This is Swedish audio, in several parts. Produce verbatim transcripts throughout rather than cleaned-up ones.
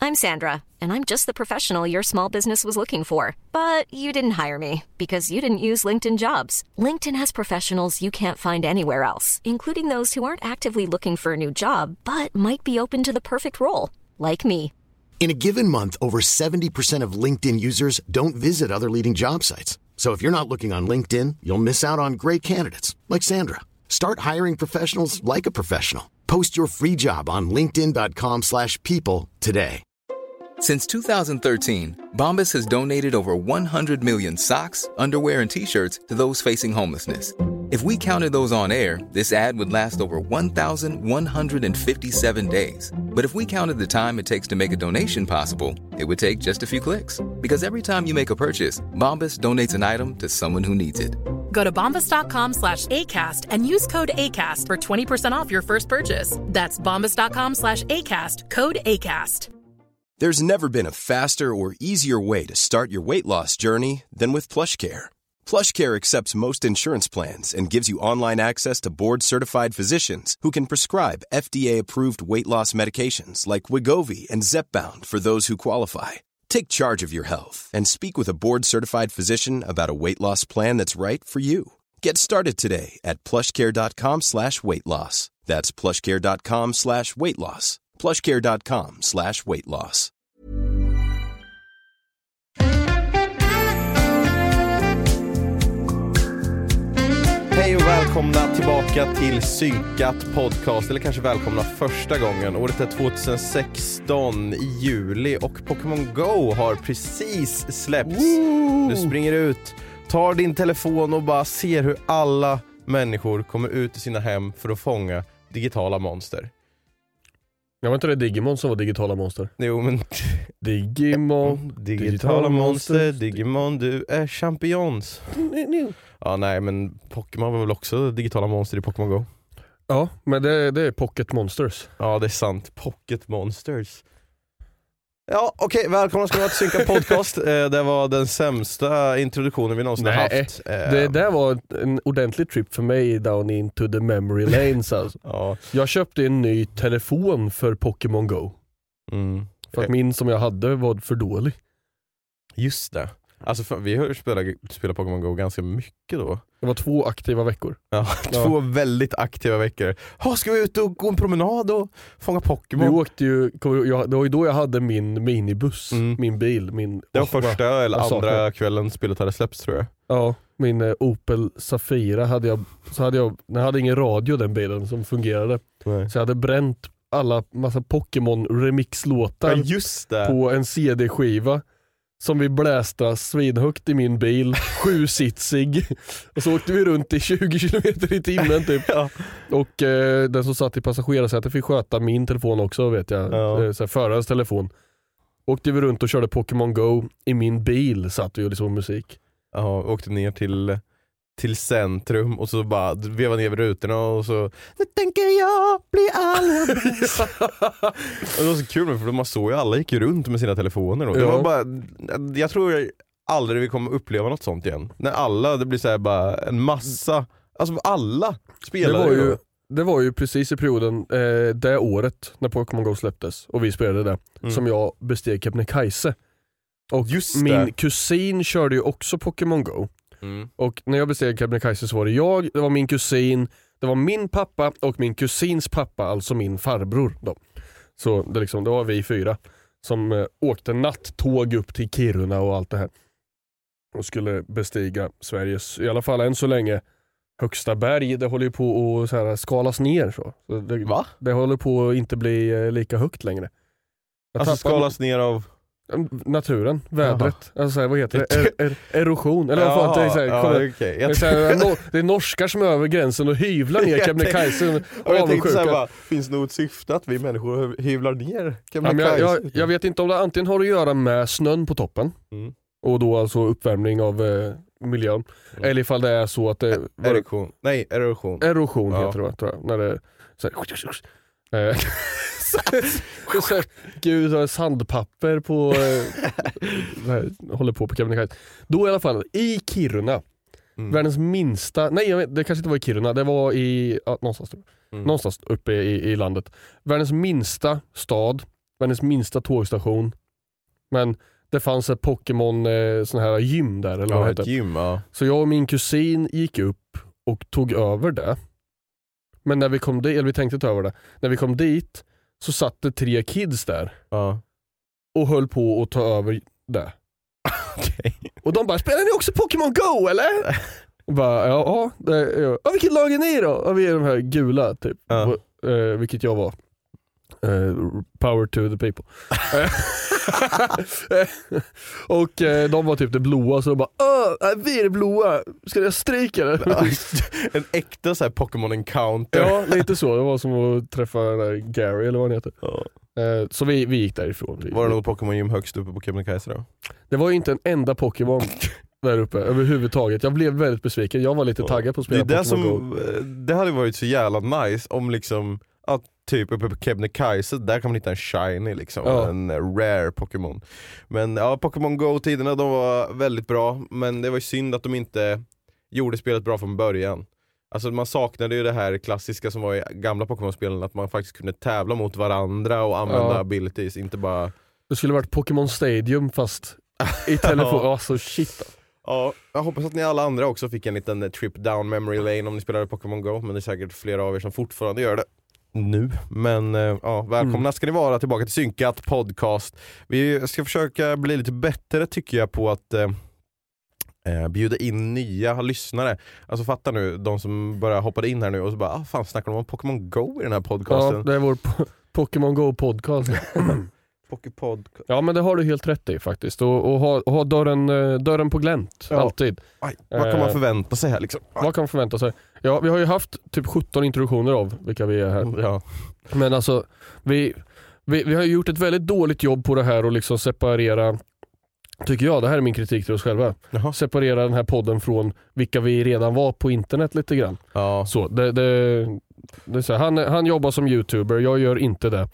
I'm Sandra, and I'm just the professional your small business was looking for. But you didn't hire me because you didn't use LinkedIn Jobs. LinkedIn has professionals you can't find anywhere else, including those who aren't actively looking for a new job, but might be open to the perfect role, like me. In a given month, over seventy percent of LinkedIn users don't visit other leading job sites. So if you're not looking on LinkedIn, you'll miss out on great candidates like Sandra. Start hiring professionals like a professional. Post your free job on linkedin dot com slash people today. Since two thousand thirteen, Bombas has donated over one hundred million socks, underwear, and T-shirts to those facing homelessness. If we counted those on air, this ad would last over one thousand one hundred fifty-seven days. But if we counted the time it takes to make a donation possible, it would take just a few clicks. Because every time you make a purchase, Bombas donates an item to someone who needs it. Go to bombas.com slash ACAST and use code ACAST for twenty percent off your first purchase. That's bombas.com slash ACAST, code ACAST. There's never been a faster or easier way to start your weight loss journey than with PlushCare. PlushCare accepts most insurance plans and gives you online access to board-certified physicians who can prescribe F D A-approved weight loss medications like Wegovy and Zepbound for those who qualify. Take charge of your health and speak with a board-certified physician about a weight loss plan that's right for you. Get started today at plushcare.com slash weight loss. That's plushcare.com slash weight loss. plushcare.com slash weight loss. Hej och välkomna tillbaka till Synkat podcast, eller kanske välkomna första gången. Året är tjugohundrasexton i juli och Pokémon Go har precis släppts. Ooh. Du springer ut, tar din telefon och bara ser hur alla människor kommer ut i sina hem för att fånga digitala monster. Jag var inte det Digimon som var digitala monster. Jo, men Digimon, digitala, digitala monster, Digimon, du är champions. Ja, nej, men Pokémon var väl också digitala monster i Pokémon Go. Ja, men det, det är Pocket Monsters. Ja, det är sant. Pocket Monsters. Ja, okej, okay, välkomna ska vara till Synka podcast. Det var den sämsta introduktionen vi någonsin Nej, har haft. Det där var en ordentlig trip för mig down into the memory lanes alltså. Ja. Jag köpte en ny telefon för Pokémon Go. Mm. För att min som jag hade var för dålig. Just det. Alltså för, vi har spelat, spelat Pokémon Go ganska mycket då. Det var två aktiva veckor. Ja, två ja. väldigt aktiva veckor. Ha, ska vi ut och gå en promenad och fånga Pokémon? Vi åkte ju, jag, det var ju då jag hade min minibuss, mm. min bil. Min, det var första oh, eller andra kvällen spelet hade släppts, tror jag. Ja, min uh, Opel Zafira hade jag, så hade jag, den hade ingen radio den bilen som fungerade. Nej. Så jag hade bränt alla massa Pokémon remixlåtar ja, just det. på en C D-skiva. Som vi blästa svinhögt i min bil, sjusitsig. Och så åkte vi runt i tjugo kilometer i timmen typ. Ja. Och eh, den som satt i passagerarsätet fick sköta min telefon också, vet jag. Ja. Så här, förarens telefon. Åkte vi runt och körde Pokémon Go i min bil, satt vi och liksom musik. Ja, åkte ner till, till centrum och så bara vevade ner vid rutorna och så det tänker jag bli allra bäst. Och det var så kul, för man såg ju alla gick runt med sina telefoner. Och det ja. var bara, jag tror jag aldrig vi kommer uppleva något sånt igen. När alla, det blir så här bara en massa, alltså alla spelare. Det var ju, det var ju precis i perioden eh, det året när Pokémon Go släpptes och vi spelade det, mm. som jag besteg Kebnekaise. Och just min det. kusin körde ju också Pokémon Go. Mm. Och när jag besteg Kebnekaise så var det jag, det var min kusin, det var min pappa och min kusins pappa, alltså min farbror då. Så det, liksom, det var vi fyra som eh, åkte nattåg upp till Kiruna och allt det här. Och skulle bestiga Sveriges, i alla fall än så länge, högsta berg. Det håller ju på att så här, skalas ner. Så. Så det, Va? Det håller på att inte bli eh, lika högt längre. Jag alltså skalas ner av... naturen, vädret, alltså, vad heter det? Er, er, erosion, eller vad fan det är, så här, ja, kommer, okay. det, är så här, no, det är norskar som är över gränsen och hyvlar ner Kebnekaise. Och jag tänkte så här, bara, finns det något syfte att vi människor hyvlar ner Kebnekaise? Ja, jag, jag vet inte om det antingen har att göra med snön på toppen, mm. och då alltså uppvärmning av eh, miljön, mm. eller ifall det är så att det var, erosion, nej erosion erosion ja. heter det, tror jag, när det så här, eh, så, så, gud, har sandpapper på eh, här, håller på på Kebnekaise. Då i alla fall i Kiruna, mm. världens minsta, nej jag vet, det kanske inte var i Kiruna, det var i ja, någonstans, mm. någonstans uppe i, i landet. Världens minsta stad världens minsta tågstation. Men det fanns ett Pokémon eh, sån här gym där. Eller ja, vad ett heter. gym, ja. Så jag och min kusin gick upp och tog över det. Men när vi kom dit, eller vi tänkte ta över det. När vi kom dit så satt det tre kids där. Ja. Och höll på att ta över det. Okay. Och de bara, spelar ni också Pokémon Go eller? Bara, ja, det är jag. Ja, vilket lag är ni då? Ja, vi är de här gula typ. Ja. Och, eh, vilket jag var. Eh, power to the people. Och eh, de var typ det blåa, så de bara, åh, vi är det blåa. Ska jag strejka det? En äkta så här Pokémon encounter. Ja, lite så. Det var som att träffa den där Gary eller vad han heter. Ja. Eh, så vi, vi gick därifrån. Var det något Pokémon-gym högst uppe på Kebnekaise då? Det var ju inte en enda Pokémon där uppe överhuvudtaget. Jag blev väldigt besviken. Jag var lite Ja. taggad på att spela det, är det, Pokémon som, Go. det hade varit så jävla nice om liksom att typ uppe på Kebnekaise, där kan man hitta en shiny liksom, Ja. en rare Pokémon. Men ja, Pokémon Go-tiderna, de var väldigt bra, men det var ju synd att de inte gjorde spelet bra från början. Alltså man saknade ju det här klassiska som var i gamla Pokémon-spelen, att man faktiskt kunde tävla mot varandra och använda Ja. abilities, inte bara... Det skulle varit Pokémon Stadium fast i telefon. Ja, så shit. Ja, jag hoppas att ni alla andra också fick en liten trip down memory lane om ni spelade Pokémon Go, men det är säkert flera av er som fortfarande gör det nu. Men ja, välkomna mm. ska ni vara tillbaka till Synkat podcast. Vi ska försöka bli lite bättre tycker jag på att eh, bjuda in nya lyssnare. Alltså fatta nu, de som bara hoppade in här nu och så bara, ah fan, snackar de om Pokémon Go i den här podcasten? Ja, det är vår po- Pokémon Go podcast. Poképod. Ja, men det har du helt rätt i faktiskt. Och, och ha, ha dörren, dörren på glänt, ja. alltid. Aj, vad kan man förvänta sig här liksom? Aj. Vad kan man förvänta sig? Ja, vi har ju haft typ sjutton introduktioner av vilka vi är här. Ja. Men alltså, vi, vi, vi har gjort ett väldigt dåligt jobb på det här och liksom separera, tycker jag, det här är min kritik till oss själva. Jaha. Separera den här podden från vilka vi redan var på internet lite grann. Ja. Så, det, det, det är så här, han, han jobbar som YouTuber, jag gör inte det.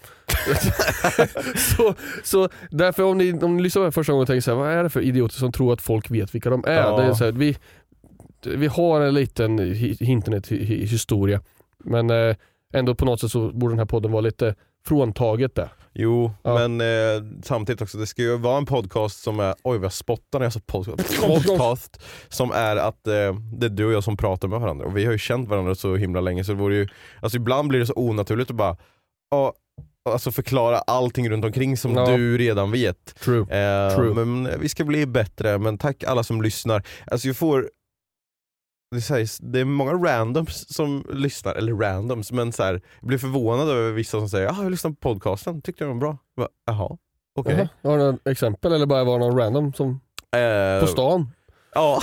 så, så därför om ni, om ni lyssnar på första gången och tänker så här, vad är det för idioter som tror att folk vet vilka de är? Ja. Det är så här, vi, vi har en liten internethistoria, men eh, ändå på något sätt så borde den här podden vara lite fråntaget där. Jo, ja. men eh, samtidigt också, det ska ju vara en podcast som är, oj vad spottar när jag sa podcast, podcast som är att eh, det är du och jag som pratar med varandra, och vi har ju känt varandra så himla länge, så det vore ju, alltså ibland blir det så onaturligt att bara oh, alltså förklara allting runt omkring som ja. du redan vet. True. Eh, True. Men vi ska bli bättre, men tack alla som lyssnar. Alltså jag får Det sägs, det är många randoms som lyssnar, eller randoms, men så här, jag blir förvånad över vissa som säger, ja, jag lyssnar på podcasten, tyckte jag var bra. Va, jaha, okej. Okay. Har du något exempel, eller bara var någon random som eh, på stan? Ja.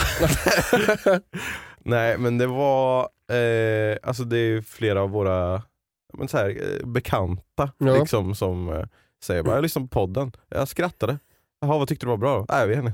Nej, men det var eh, alltså det är flera av våra men så här, bekanta ja. liksom, som eh, säger, bara, jag lyssnar på podden, jag skrattade. Jaha, vad tyckte du var bra då? Nej, jag vet inte.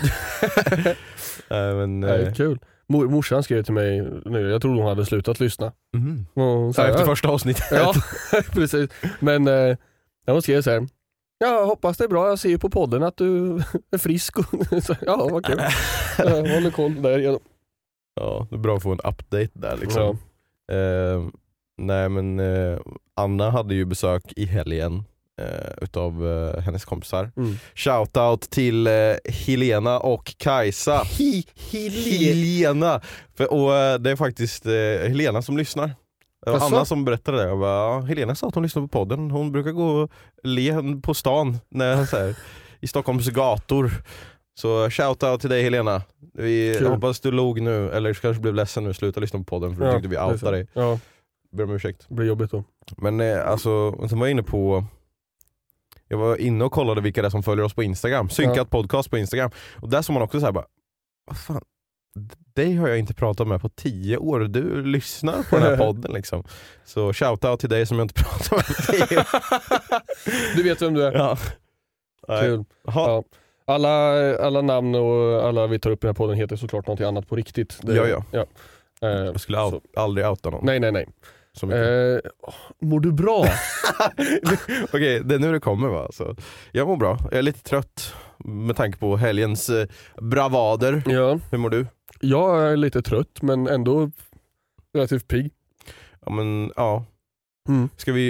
Nej, men, Nej, eh, kul. Mor- morsan skrev till mig nu, jag trodde hon hade slutat lyssna. Mm. Och så ja, här, efter första avsnittet. Ja, precis. Men eh, hon skrev så här, ja, hoppas det är bra, jag ser ju på podden att du är frisk. Och så, ja, vad kul. Jag håller koll där igen. Ja, det är bra att få en update där liksom. Ja. Eh, nej, men eh, Anna hade ju besök i helgen eh, utav eh, hennes kompisar. Mm. Shoutout till eh, Helena och Kajsa. Hi, Helena. För, och eh, det är faktiskt eh, Helena som lyssnar. Det var Anna som berättade det. Jag bara, ja, Helena sa att hon lyssnar på podden. Hon brukar gå och le på stan när, så här, i Stockholms gator. Så shoutout till dig Helena. Vi cool. hoppas du låg nu, eller kanske blev ledsen nu, sluta lyssna på podden för ja, tyckte vi outade dig. Ja. Ber om ursäkt. Det blir jobbigt då. Men eh, alltså, sen var jag inne på jag var inne och kollade vilka det är som följer oss på Instagram. Synkat ja. podcast på Instagram. Och där som man också så här bara, vad fan, dig har jag inte pratat med på tio år. Du lyssnar på den här podden liksom. Så shoutout till dig som jag inte pratat med på tio år. Du vet vem du är. Ja. Kul. Ja. Alla, alla namn och alla vi tar upp i den här podden heter såklart något annat på riktigt. Det, ja, ja. ja. Eh, jag skulle al- aldrig outa någon. Nej, nej, nej. Eh, mår du bra? Okej, okay, det är nu det kommer va? Så jag mår bra. Jag är lite trött med tanke på helgens eh, bravader. Ja. Hur mår du? Jag är lite trött men ändå relativt pigg. Ja, men ja. Mm. Ska vi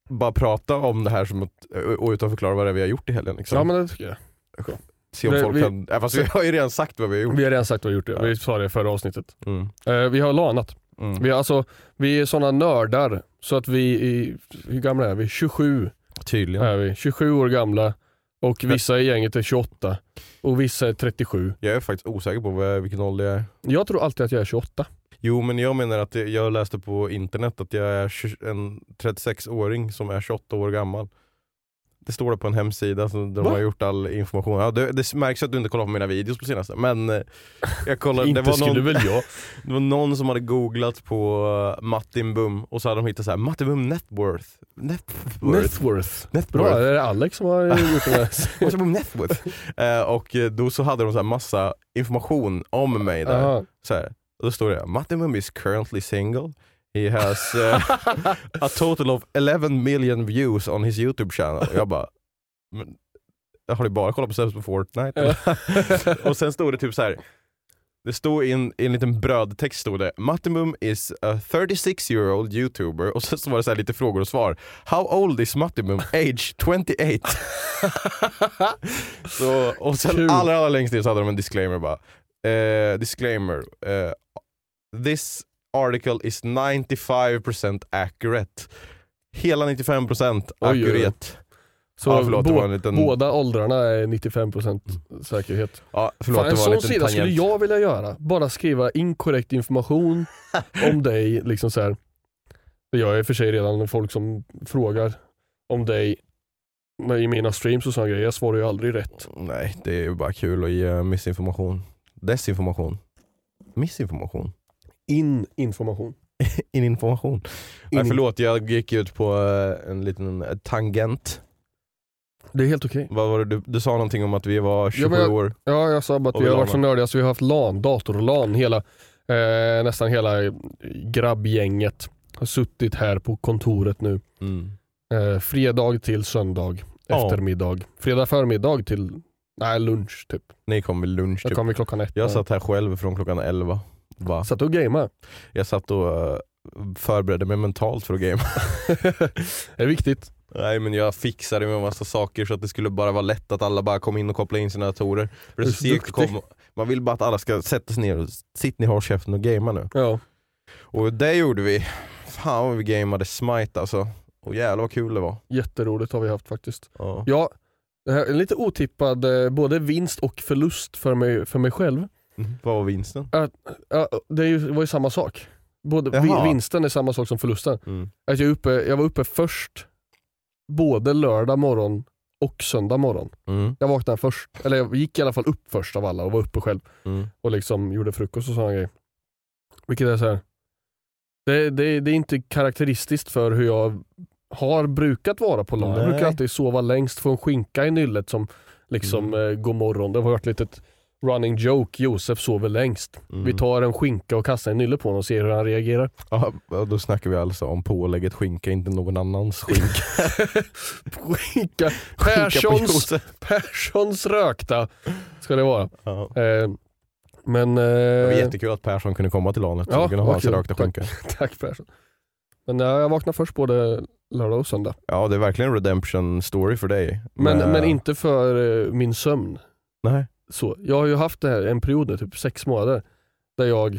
bara prata om det här som att, och utan att förklara vad det är vi har gjort i helgen liksom. Ja men det tycker jag. Se om vi, folk vi, kan, äh, fast vi har ju redan sagt vad vi har gjort. Vi har redan sagt vad vi har gjort, ja. Vi sa det i förra avsnittet. Mm. Uh, vi har lanat. Mm. Vi, är alltså, vi är sådana nördar så att vi är, hur gamla är vi? tjugosju Tydligen. Är vi. tjugosju år gamla och vissa i gänget är tjugoåtta och vissa är trettiosju. Jag är faktiskt osäker på vad, vilken ålder jag är. Jag tror alltid att jag är tjugoåtta. Jo men jag menar att jag läste på internet att jag är en trettiosex-åring som är tjugoåtta år gammal. Det står det på en hemsida så där de har gjort all information. Ja, det, det märks att du inte kollar på mina videos på senaste. Men eh, jag kollade, inte det var skulle någon, väl jag. Det var någon som hade googlat på uh, Martin Bum och så hade de hittat så här Martin Bum Networth. Networth. Networth. Networth. Bra, det är Alex som har gjort det här. Martin Bum Networth. uh, och då så hade de så här massa information om mig där. Aha. Så här. Och då står det Martin Bum is currently single. He has uh, a total of eleven million views on his YouTube channel. Och jag bara, men, jag har ju bara kollat på Sebs på Fortnite. Och sen stod det typ så här. Det stod i en, i en liten brödtext stod det Martin Bum is a thirty-six year old YouTuber. Och sen så var det så här lite frågor och svar. How old is Martin Bum? Age twenty-eight. Så, och sen Kul. allra, allra längst ner så hade de en disclaimer bara. Uh, disclaimer. Uh, this article is ninety-five percent accurate. Hela nittiofem procent accurate. Så ja, förlåt, bo- det var en liten... båda åldrarna är nittiofem procent säkerhet. Ja, förlåt, Fan, en det var sån en liten sida tangent. skulle jag vilja göra. Bara skriva inkorrekt information om dig. Liksom så här. Det gör jag i och för sig redan folk som frågar om dig i mina streams och såna grejer. Jag svarar ju aldrig rätt. Nej, det är ju bara kul att ge missinformation. Desinformation. Missinformation. In-information. In-information. In- Nej, förlåt, jag gick ut på uh, en liten uh, tangent. Det är helt okej. Vad var det du, du sa någonting om att vi var tjugosju Ja, men jag- år. Ja, jag sa bara att Och vi vi har varit så lanar. nördiga så vi har haft LAN, dator-LAN, hela, eh, nästan hela grabbgänget har suttit här på kontoret nu. Mm. Eh, fredag till söndag, Ja. eftermiddag. Fredag förmiddag till nej, lunch typ. Ni kom vid lunch Jag typ. kom vid klockan ett. Jag satt här själv från klockan elva. Bara. satt och gamea. Jag satt och uh, förberedde mig mentalt för att game. Det är viktigt. Nej, men jag fixade med en massa saker så att det skulle bara vara lätt att alla bara kom in och kopplade in sina datorer. För det är så segt att komma. Man vill bara att alla ska sätta sig ner och sitta ner och hålla käften och gamea nu. Ja. Och det gjorde vi. Fan vad vi gamade Smite alltså. Och jävlar vad kul det var. Jätteroligt har vi haft faktiskt. Ja. Ja, det här är en lite otippad eh, både vinst och förlust för mig, för mig själv. Mm. Vad var vinsten? Ja, det, är ju, det var ju samma sak. Både vi, Jaha. vinsten är samma sak som förlusten. Mm. Att jag, är uppe, jag var uppe först både lördag morgon och söndag morgon. Mm. Jag vaknade först, eller jag gick i alla fall upp först av alla och var uppe själv Mm. och liksom gjorde frukost och sådana grejer. Vilket är så här. Det, det, det är inte karaktäristiskt för hur jag har brukat vara på LAN. Jag Nej. brukar alltid sova längst, få en skinka i nyllet som liksom Mm. eh, god morgon. Det har varit lite ett running joke. Josef sover längst. Mm. Vi tar en skinka och kastar en nylle på honom och ser hur han reagerar. Ja, då snackar vi alltså om pålägget skinka, inte någon annans skinka. Skinka. Skinka på Perssons, Josef. Perssons rökta ska det vara. Ja. Eh, men... Eh, Det var jättekul att Persson kunde komma till lanet så Ja, vi kunde ha hans vad kul. rökta Tack. skinka. Tack Persson. Men eh, jag vaknade först både lördag och söndag. Ja, det är verkligen en redemption story för dig. Men, Men, men inte för eh, min sömn. Nej. Så, jag har ju haft det här en period nu, typ sex månader, där jag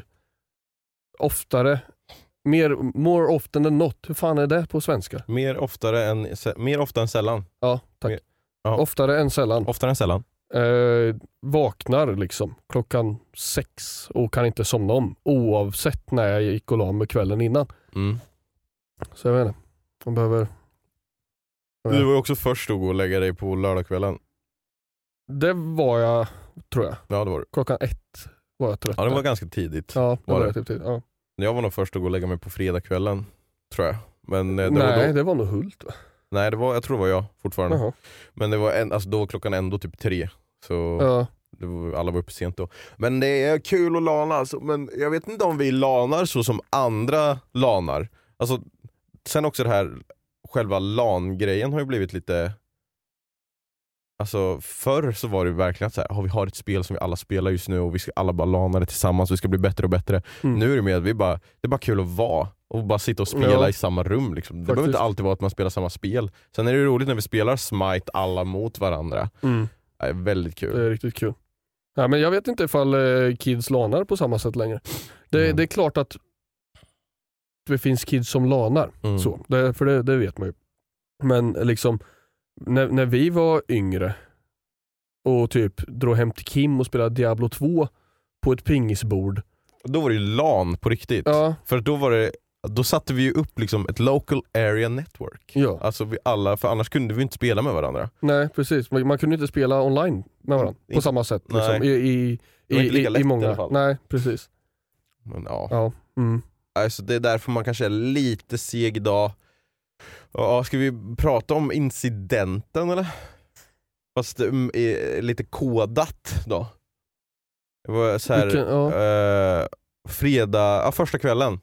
oftare, mer, more often than not, hur fan är det på svenska? Mer oftare än, mer ofta än sällan. Ja, tack. Mer- ja. Oftare än sällan. Oftare än sällan. Eh, vaknar liksom klockan sex och kan inte somna om, oavsett när jag gick och la mig kvällen innan. Mm. Så jag vet inte, man behöver... Du var ju också först att gå och lägga dig på lördagskvällen. Det var jag, tror jag. Ja, det var du. Klockan ett var jag trött. Ja, det var där. ganska tidigt. Ja, det var var det. det. Typ tid. Ja. Jag var nog först att gå och lägga mig på fredagskvällen, tror jag. Men eh, det Nej, var då... det var nog Hult va? Nej, det var, jag tror det var jag fortfarande. Jaha. Men det var en, alltså då klockan ändå typ tre. Så Ja. det var, alla var uppe sent då. Men det är kul att lana alltså. Men jag vet inte om vi lanar så som andra lanar. Alltså, sen också det här, själva LAN-grejen har ju blivit lite... Alltså förr så var det verkligen att så här, oh, vi har ett spel som vi alla spelar just nu och vi ska alla bara lana det tillsammans och vi ska bli bättre och bättre. Mm. Nu är det mer att vi bara, det är bara kul att vara och bara sitta och spela Ja. i samma rum liksom. Det Faktiskt. behöver inte alltid vara att man spelar samma spel. Sen är det ju roligt när vi spelar Smite alla mot varandra. Mm. Det är väldigt kul. Det är riktigt kul. Ja, men jag vet inte ifall eh, kids lanar på samma sätt längre. Det, Mm. det är klart att det finns kids som lanar. Mm. Så, det, för det, det vet man ju. Men liksom när, när vi var yngre och typ drog hem till Kim och spelade Diablo två på ett pingisbord. Då var det ju LAN på riktigt. Ja, För då var det då satte vi ju upp liksom ett local area network. ja. Alltså vi alla, för annars kunde vi inte spela med varandra. Nej, precis. Man, man kunde inte spela online med varandra Inte- på samma sätt. Liksom, nej. i, i, Det var i, inte lika i, lätt i i många. alla fall. Nej, precis. Men ja, Ja. Mm. alltså det är därför man kanske är lite seg idag. Ja, ska vi prata om incidenten eller? Fast um, är lite kodat då. Det var så här, Vilken- ja. eh, fredag, ja, första kvällen.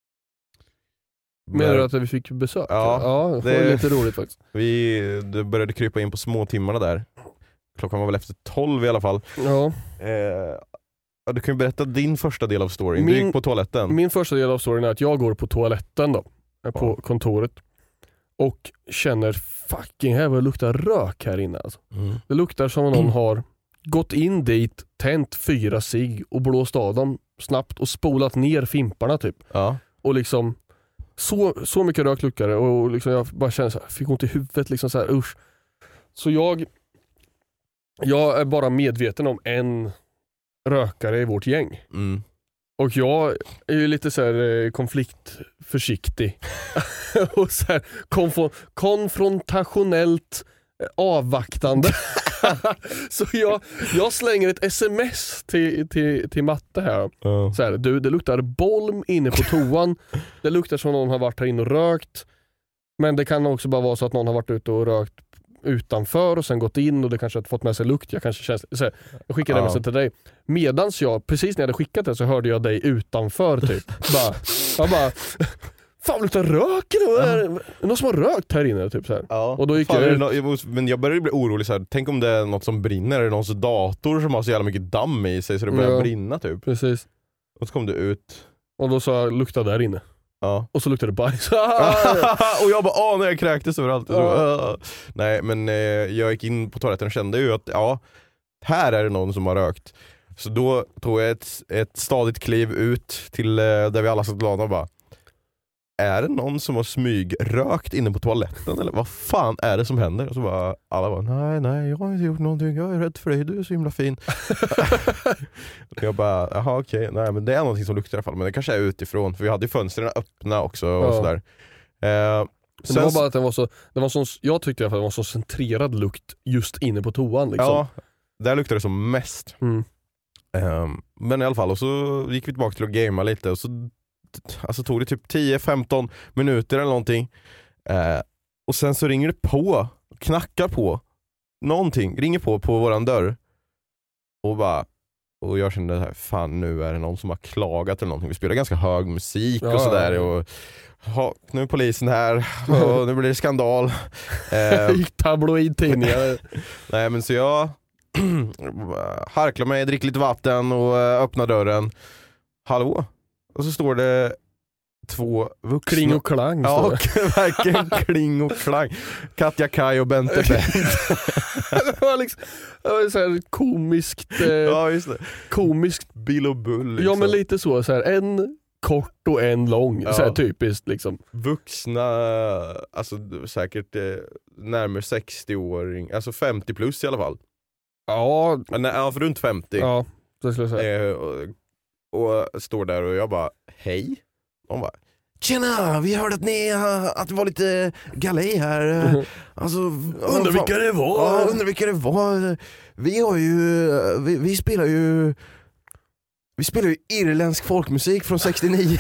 Menar du att vi fick besök? Ja, ja det var det- lite roligt faktiskt. Vi det började krypa in på små timmarna där. Klockan var väl efter tolv i alla fall. Ja. Eh, ja, du kan ju berätta din första del av storyn. Du Min- gick på toaletten. Min första del av storyn är att jag går på toaletten då, på Ja. kontoret och känner fucking här vad det luktar rök här inne alltså. Mm. Det luktar som om någon har gått in dit, tänt fyra cigg och blåst av dem snabbt och spolat ner fimparna typ. Ja. Och liksom så, så mycket rök luktar det och liksom jag bara känner så här, fick ont i huvudet liksom så här, usch. Så jag jag är bara medveten om en rökare i vårt gäng. Mm. Och jag är ju lite så här eh, konfliktförsiktig och så här konf- konfrontationellt eh, avvaktande. Så jag, jag slänger ett sms till, till, till Matte här. Ja. Så här, du, det luktar bolm inne på toan. Det luktar som någon har varit här inne och rökt. Men det kan också bara vara så att någon har varit ute och rökt utanför och sen gått in och det kanske har fått med sig lukt. Jag kanske känns, så här, jag skickade Ja. det till dig. Medans jag, precis när jag hade skickat det så hörde jag dig utanför typ. bara, jag bara, fan luktar rök eller? Är det någon som har rökt här inne typ så här. Ja. Och då gick Fan, jag är det ut. nå- jag måste- men jag började bli orolig så här. Tänk om det är något som brinner, är det någons dator som har så jävla mycket damm i sig så det börjar Ja. brinna typ. Precis. Och så kom du ut. Och då sa jag lukta där inne. Ja. Och så luktade det bajs. Och jag bara åh nej, jag kräktes överallt. Så, Ja. "Åh." Nej men eh, jag gick in på toaletten och kände ju att ja, här är det någon som har rökt. Så då tog jag ett, ett stadigt kliv ut till eh, där vi alla satt glada och bara, är det någon som har smygrökt inne på toaletten eller vad fan är det som händer? Och så bara, alla bara, nej nej jag har inte gjort någonting, jag är rädd för dig, du är så himla fin. Och jag bara, jaha okej, nej men det är någonting som luktar i alla fall, men det kanske är utifrån, för vi hade ju fönstren öppna också och Ja. sådär. Eh, Men det var bara att den var så, det var så, jag tyckte i alla fall att det var så centrerad lukt just inne på toan liksom. Ja, där luktade det som mest. Mm. Um, men i alla fall, och så gick vi tillbaka till att gamea lite och så alltså, tog det typ tio femton minuter eller någonting. Uh, och sen så ringer det på, knackar på någonting, ringer på på våran dörr. Och bara, och jag kände här, fan nu är det någon som har klagat eller någonting. Vi spelar ganska hög musik Ja, och sådär ja. och ha, nu är polisen här och nu blir det skandal. Uh, Gick tabloidtidningar. Nej men så jag harklar mig, dricker lite vatten och äh, öppnar dörren. Hallå? Och så står det två vuxna. Kling och klang. Ja, står och verkligen kling och klang. Katja Kaj och Bente Bent. det var liksom det var så här komiskt eh, Ja just det. komiskt. Bill och Bull liksom. Ja men lite så, så här, en kort och en lång. Ja. Så här, typiskt liksom. Vuxna, alltså säkert eh, närmare sextio-åring, alltså femtio plus i alla fall. Ja, Nej, ja, för runt femtio. ja det skulle jag säga. Eh, och, och står där och jag bara, hej. De bara, tjena, vi hörde att ni, att det var lite galej här. Alltså, Undrar vilka det var. Ja, undrar vilka det var. Vi har ju, vi, vi spelar ju Vi spelar ju irländsk folkmusik från sextionio.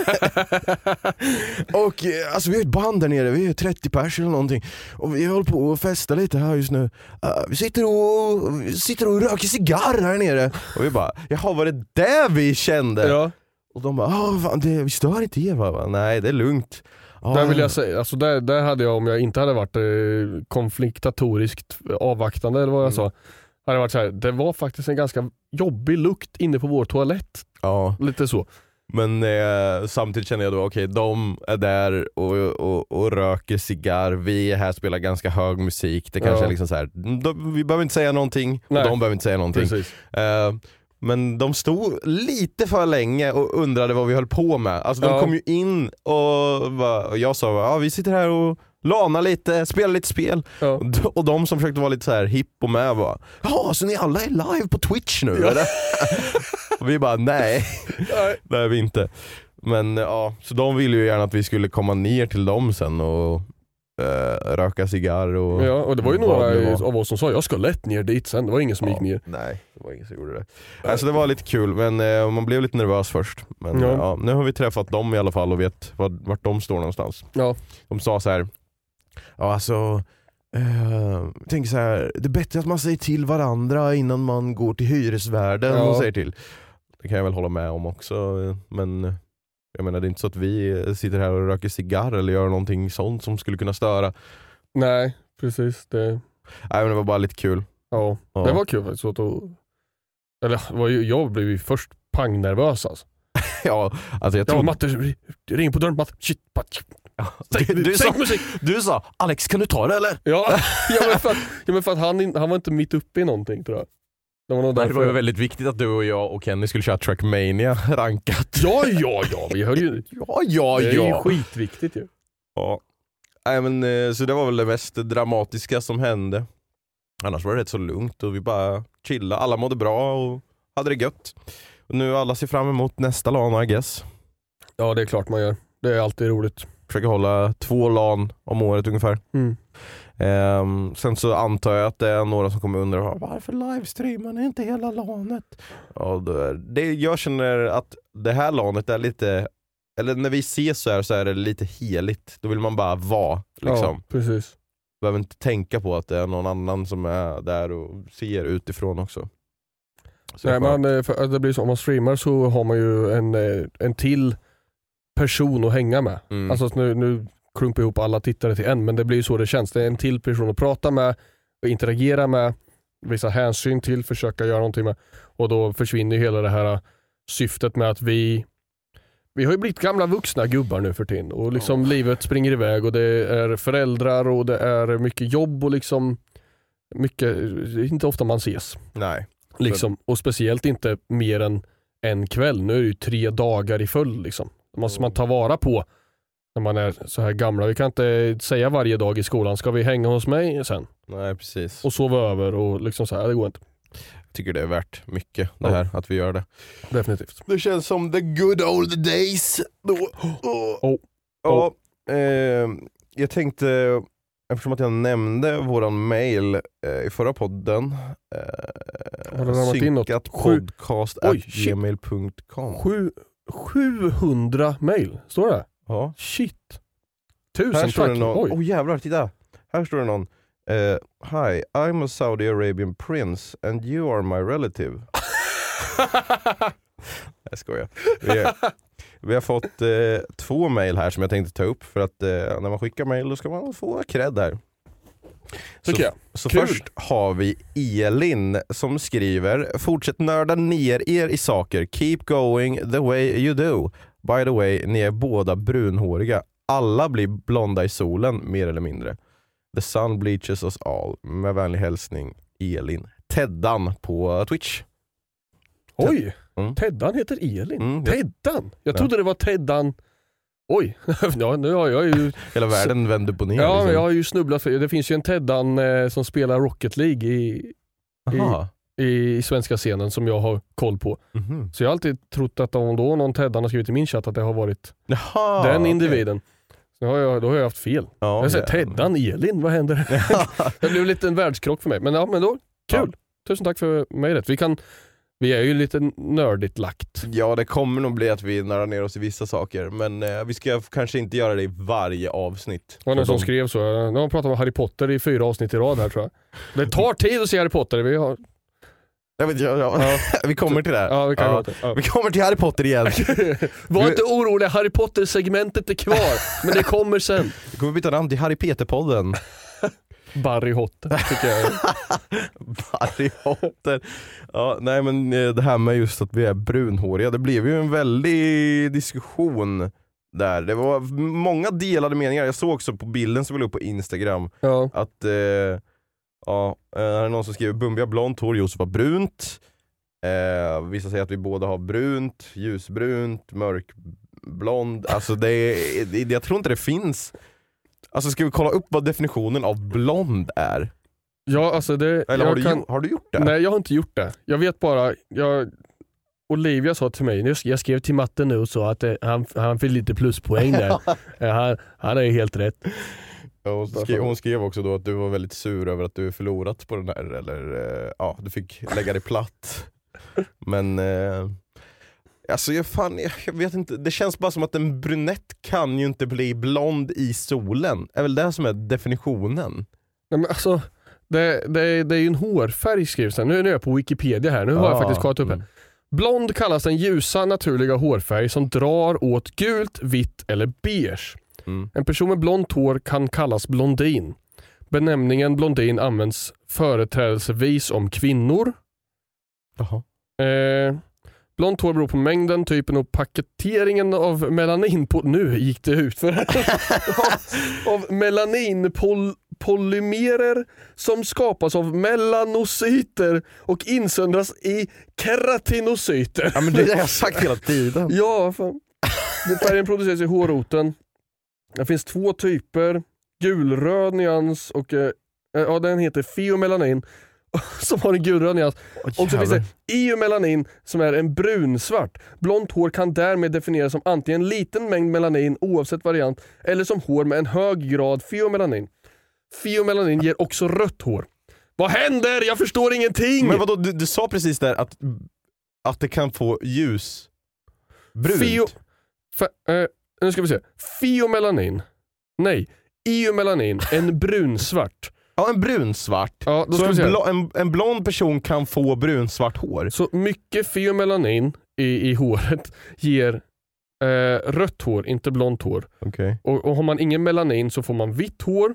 Och alltså vi har ett band där nere, vi är trettio pers eller någonting. Och vi håller på att festa lite här just nu. Uh, vi sitter och, vi sitter och röker cigarr här nere. Och vi bara, jaha var det där vi kände? Ja. Och de bara, ah, fan, det, vi stör inte er va? Nej det är lugnt. Ah, Där vill jag säga, alltså där, där hade jag, om jag inte hade varit eh, konfliktatoriskt avvaktande eller vad jag Mm. sa, hade varit så här, det var faktiskt en ganska jobbig lukt inne på vår toalett. Ja. Lite så. Men eh, samtidigt känner jag då, okej, okay, de är där och, och, och röker cigarr. Vi är här, spelar ganska hög musik. Det kanske ja. är liksom så här, de, vi behöver inte säga någonting och de behöver inte säga någonting. Eh, men de stod lite för länge och undrade vad vi höll på med. Alltså de ja. kom ju in och, och jag sa, ja, vi sitter här och lana lite, spela lite spel. Ja. Och de som försökte vara lite så här hipp och med bara, ja, så ni alla är live på Twitch nu ja. eller? Och vi bara, nej, nej, det är vi inte. Men ja, så de ville ju gärna att vi skulle komma ner till dem sen och uh, röka cigarr och... Ja, och det var ju några av oss som sa, jag ska lätt ner dit sen. Det var ingen som ja, gick ner. Nej, det var ingen som gjorde det. Alltså det var lite kul, men uh, man blev lite nervös först. Men ja. Uh, ja, nu har vi träffat dem i alla fall och vet vad, vart de står någonstans. Ja. De sa så här, ja alltså... Uh, tänk så här, det är bättre att man säger till varandra innan man går till hyresvärden ja. och säger till. Det kan jag väl hålla med om också, men jag menar det är inte så att vi sitter här och röker cigarr eller gör någonting sånt som skulle kunna störa. Nej, precis. Det... Nej, men det var bara lite kul. Ja, ja. Det var kul faktiskt. Så att då... Eller, var ju, jag blev ju först pangnervös alltså. ja, alltså jag tror... Ja, Matte, ring på dörren, Matte. Shit, Matte. Du, du, sa, du sa, Alex, kan du ta det eller? Ja, ja men för att, ja, men för att han, han var inte mitt uppe i någonting tror jag. Det var, det var ju väldigt viktigt att du och jag och Kenny skulle köra Trackmania rankat. Ja, ja, ja, vi hörde ju. Ja, ja, det är ja. ju skitviktigt ju. Ja. Nej, men, så det var väl det mest dramatiska som hände. Annars var det rätt så lugnt och vi bara chillade. Alla mådde bra och hade det gött. Och nu alla ser fram emot nästa LAN, I guess. Ja, det är klart man gör. Det är alltid roligt. Försöker hålla två LAN om året ungefär. Mm. Um, sen så antar jag att det är några som kommer undra, varför livestreamar ni inte hela LANet? Ja, det, jag känner att det här LANet är lite, eller när vi ses så här så är det lite heligt. Då vill man bara vara liksom. Ja, precis. Behöver inte tänka på att det är någon annan som är där och ser utifrån också. Så nej, man, för att det blir så, om man streamar så har man ju en, en till person att hänga med. Mm. Alltså nu, nu klumpar ihop alla tittare till en, men det blir ju så det känns. Det är en till person att prata med och interagera med, visa hänsyn till, försöka göra någonting med. Och då försvinner ju hela det här syftet med att vi vi har ju blivit gamla vuxna gubbar nu för tiden och liksom oh. livet springer iväg och det är föräldrar och det är mycket jobb och liksom mycket, det är inte ofta man ses. Nej. Liksom, och speciellt inte mer än en kväll. Nu är det ju tre dagar i följd liksom. Det måste man ta vara på när man är så här gamla. Vi kan inte säga varje dag i skolan, ska vi hänga hos mig sen? Nej, precis. Och sova över och liksom så här, det går inte. Jag tycker det är värt mycket det här, ja. Att vi gör det. Definitivt. Det känns som the good old days. Då. Oh. Oh. Ja, eh, jag tänkte, eftersom att jag nämnde våran mail eh, i förra podden, eh, synkatpodcast at gmail punkt com. sjuhundra mail, står det? Ja. Shit. Tusen här står tack. Det någon, Oj. oh jävlar, titta. Här står det någon. Uh, Hi, I'm a Saudi Arabian prince and you are my relative. Jag skojar. Vi, är, vi har fått uh, två mail här som jag tänkte ta upp för att uh, när man skickar mail då ska man få cred där. Tycker jag. Så först har vi Elin som skriver: fortsätt nörda ner er i saker. Keep going the way you do. By the way, ni är båda brunhåriga. Alla blir blonda i solen, mer eller mindre. The sun bleaches us all. Med vänlig hälsning, Elin. Teddan på Twitch. Oj, mm. Teddan heter Elin. Mm, Teddan? Jag trodde ja. det var Teddan. Oj, ja, nu har jag ju... Hela världen vänder på ner. Ja, liksom. Jag har ju snubblat för det. finns ju en Teddan eh, som spelar Rocket League i, i, i svenska scenen som jag har koll på. Mm-hmm. Så jag har alltid trott att om då någon Teddan har skrivit i min chatt att det har varit Jaha, den individen. Okay. Så har jag, då har jag haft fel. Ja, jag säger Teddan, Elin, vad händer? Det blev lite en världskrock för mig. Men ja, men då, kul. Ja. Tusen tack för mejlet. Vi kan... Vi är ju lite nördigt lagt. Ja, det kommer nog bli att vi nördar ner oss i vissa saker. Men eh, vi ska kanske inte göra det i varje avsnitt. Det var någon som de... skrev så. Nu har man pratat om Harry Potter i fyra avsnitt i rad här tror jag. Det tar tid att se Harry Potter. Vi har... Jag vet, ja, ja. Ja. Vi kommer till det. Ja, vi, kan ja. Ja. Vi kommer till Harry Potter igen. Var inte orolig, Harry Potter-segmentet är kvar. Men det kommer sen. Vi kommer byta namn till Harry Peter-podden. Barry Hotter tycker jag. Harry Potter. Ja, nej men det här med just att vi är brunhåriga, det blev ju en väldig diskussion där. Det var många delade meningar. Jag såg också på bilden som vi låg på Instagram ja. att eh, ja, det är någon som skriver Bumbi har blont hår, Josef har brunt. Eh, vissa säger att vi båda har brunt, ljusbrunt, mörkblond. Alltså det är, det, jag tror inte det finns. Alltså ska vi kolla upp vad definitionen av blond är? Ja, alltså det... Eller har du, kan, har du gjort det? Nej, jag har inte gjort det. Jag vet bara... Jag, Olivia sa till mig, jag skrev till Matte nu och sa att det, han, han fick lite pluspoäng där. han, han är helt rätt. Ja, hon, skrev, hon skrev också då att du var väldigt sur över att du förlorat på den här. Eller ja, du fick lägga dig platt. Men... Eh, alltså jag, fan, jag, jag vet inte. Det känns bara som att en brunett kan ju inte bli blond i solen. Är väl det som är definitionen? Nej, men alltså... Det, det, det är ju en hårfärg skrivs det. Nu är jag på Wikipedia här. Nu har ah, jag faktiskt kollat upp mm. här. Blond kallas den ljusa naturliga hårfärg som drar åt gult, vitt eller beige. Mm. En person med blont hår kan kallas blondin. Benämningen blondin används företrädelsevis om kvinnor. Jaha. Eh, blont hår beror på mängden, typen och paketeringen av melanin på... Nu gick det ut för av, av melaninpol polymerer som skapas av melanocyter och insöndras i keratinocyter. Ja, men det har jag sagt hela tiden. Ja, fan. Färgen produceras i hårroten. Det finns två typer. Gulröd nyans och eh, ja, den heter feomelanin som har en gulröd nyans. Oh, och så finns det eomelanin som är en brunsvart. Blont hår kan därmed definieras som antingen liten mängd melanin oavsett variant eller som hår med en hög grad feomelanin. Feomelanin ger också rött hår. Vad händer? Jag förstår ingenting. Men vadå, du, du sa precis där att, att det kan få ljus brunt. Feo, fe, eh, nu ska vi se. Feomelanin. Nej, eomelanin, en brunsvart. Ja, en brunsvart. Ja, då så ska en, vi se. blo, en, en blond person kan få brunsvart hår. Så mycket feomelanin i, i håret ger eh, rött hår, inte blont hår. Okay. Och, och har man ingen melanin så får man vitt hår.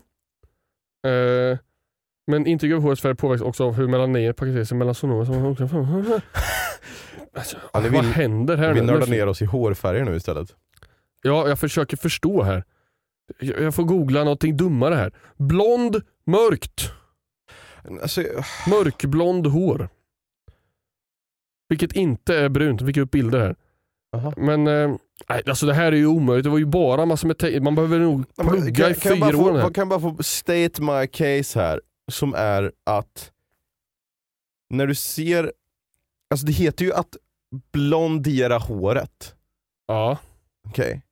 Uh, men intryck av hårets färg påverkas också av hur melanin paketeras i melanosomer. Alltså, ja, vill, vad händer här? Vi nu? nördar ner oss i hårfärger nu istället. Ja, jag försöker förstå här. Jag, jag får googla någonting dummare här. Blond, mörkt. Alltså, mörkblond hår. Vilket inte är brunt. Vi fick upp bilder här. Aha. Men eh, alltså det här är ju omöjligt. Det var ju bara massor med te- man behöver nog plugga kan, i kan fyra år. Jag kan bara få state my case här, som är att när du ser, alltså det heter ju att blondera håret. Ja. Okej. Okay.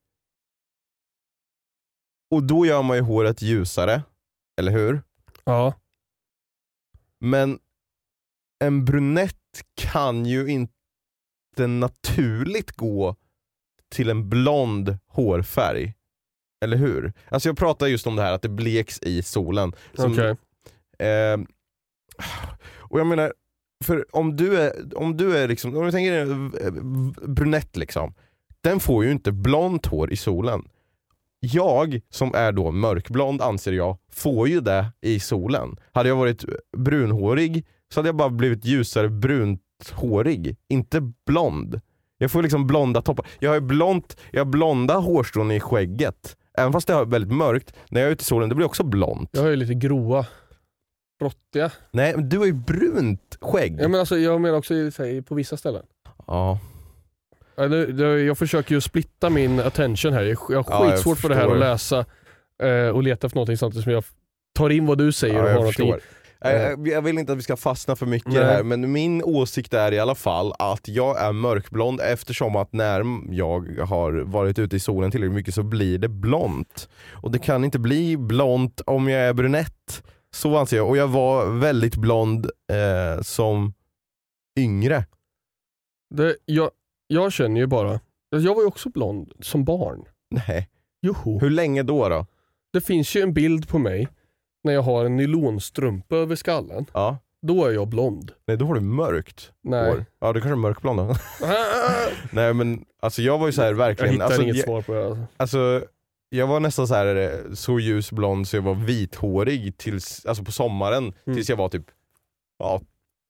Och då gör man ju håret ljusare, eller hur? Ja. Men en brunett kan ju inte naturligt gå till en blond hårfärg. Eller hur? Alltså jag pratar just om det här att det bleks i solen. Som, okay. eh, och jag menar, för om du är, om du är liksom, om du tänker brunett liksom, den får ju inte blont hår i solen. Jag som är då mörkblond, anser jag, får ju det i solen. Hade jag varit brunhårig så hade jag bara blivit ljusare brunthårig, inte blond. Jag får liksom blonda toppar. Jag har blont, jag har blonda hårstrån i skägget. Även fast det är väldigt mörkt, när jag är ute i solen, det blir också blont. Jag har ju lite gråa, brottiga. Nej, men du har ju brunt skägg. Ja, men alltså, jag menar också på vissa ställen. Ja. Jag försöker ju splitta min attention här. Jag har ja, skitsvårt för det här att läsa och leta efter någonting samtidigt som jag tar in vad du säger ja, och har jag någonting. Jag, jag vill inte att vi ska fastna för mycket i det här, men min åsikt är i alla fall att jag är mörkblond eftersom att när jag har varit ute i solen tillräckligt mycket så blir det blont. Och det kan inte bli blont om jag är brunett. Så anser jag. Och jag var väldigt blond eh, som yngre. Det, jag, jag känner ju bara, jag var ju också blond som barn. Nej. Joho. Hur länge då då? Det finns ju en bild på mig när jag har en nylonstrumpa över skallen. Ja. Då är jag blond. Nej, då har du mörkt Nej. hår. Ja, du kanske är mörkblond då. Nej, men alltså jag var ju så här verkligen. Jag hittar alltså, inget jag, svar på det. Alltså. alltså jag var nästan så här så ljusblond så jag var vithårig tills, alltså på sommaren, mm. tills jag var typ ja,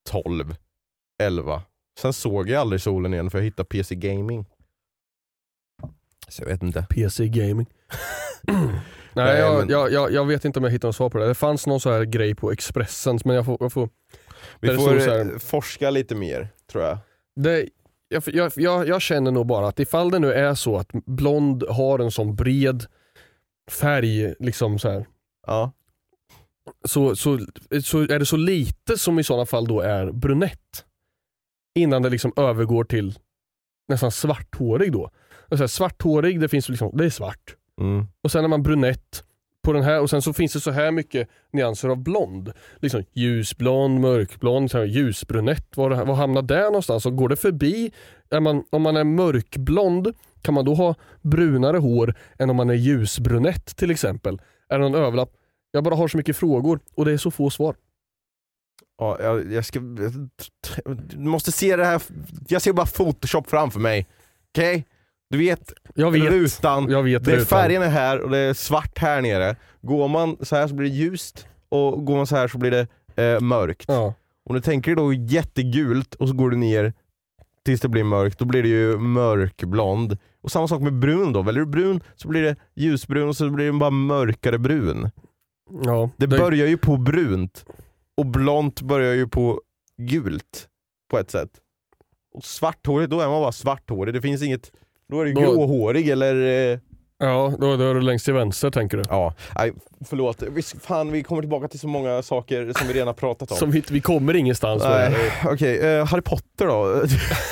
tolv, elva. Sen såg jag aldrig solen igen för jag hittade P C Gaming. Så jag vet inte. P C Gaming. Nej, jag, men... jag, jag, jag vet inte om jag hittar något svar på det. Det fanns någon så här grej på Expressen, men jag får... Jag får Vi får så här... forska lite mer, tror jag. Det, jag, jag, jag, jag känner nog bara att ifall det nu är så att blond har en sån bred färg, liksom så här. Ja. Så, så, så är det så lite som i sådana fall då är brunett. Innan det liksom övergår till nästan svarthårig då. Alltså svarthårig, det finns liksom, det är svart. Mm. Och sen är man brunett på den här, och sen så finns det så här mycket nyanser av blond. Liksom ljusblond, mörkblond, så här, ljusbrunett. Var, var hamnar det någonstans? Och går det förbi, är man, om man är mörkblond, kan man då ha brunare hår än om man är ljusbrunett till exempel? Är det någon överlapp? Jag bara har så mycket frågor och det är så få svar. Ja, jag, jag ska... Du måste se det här. Jag ser bara Photoshop framför mig. Okej? Okay? Du vet, jag vet rutan. Jag vet det är rutan. färgen är här och det är svart här nere. Går man så här så blir det ljust och går man så här så blir det eh, mörkt. Ja. Om du tänker då jättegult och så går du ner tills det blir mörkt, då blir det ju mörkblond. Och samma sak med brun då. Väljer du brun så blir det ljusbrun och så blir det bara mörkare brun. Ja, det, det börjar ju på brunt och blont börjar ju på gult på ett sätt. Och svarthårig, då är man bara svarthårig. Det finns inget, då är det då, gråhårig eller... Eh... Ja, då, då är det längst till vänster tänker du. Ja, nej, förlåt. Vi, fan, vi kommer tillbaka till så många saker som vi redan har pratat om. Som vi, vi kommer ingenstans med. Okej, okay, uh, Harry Potter då?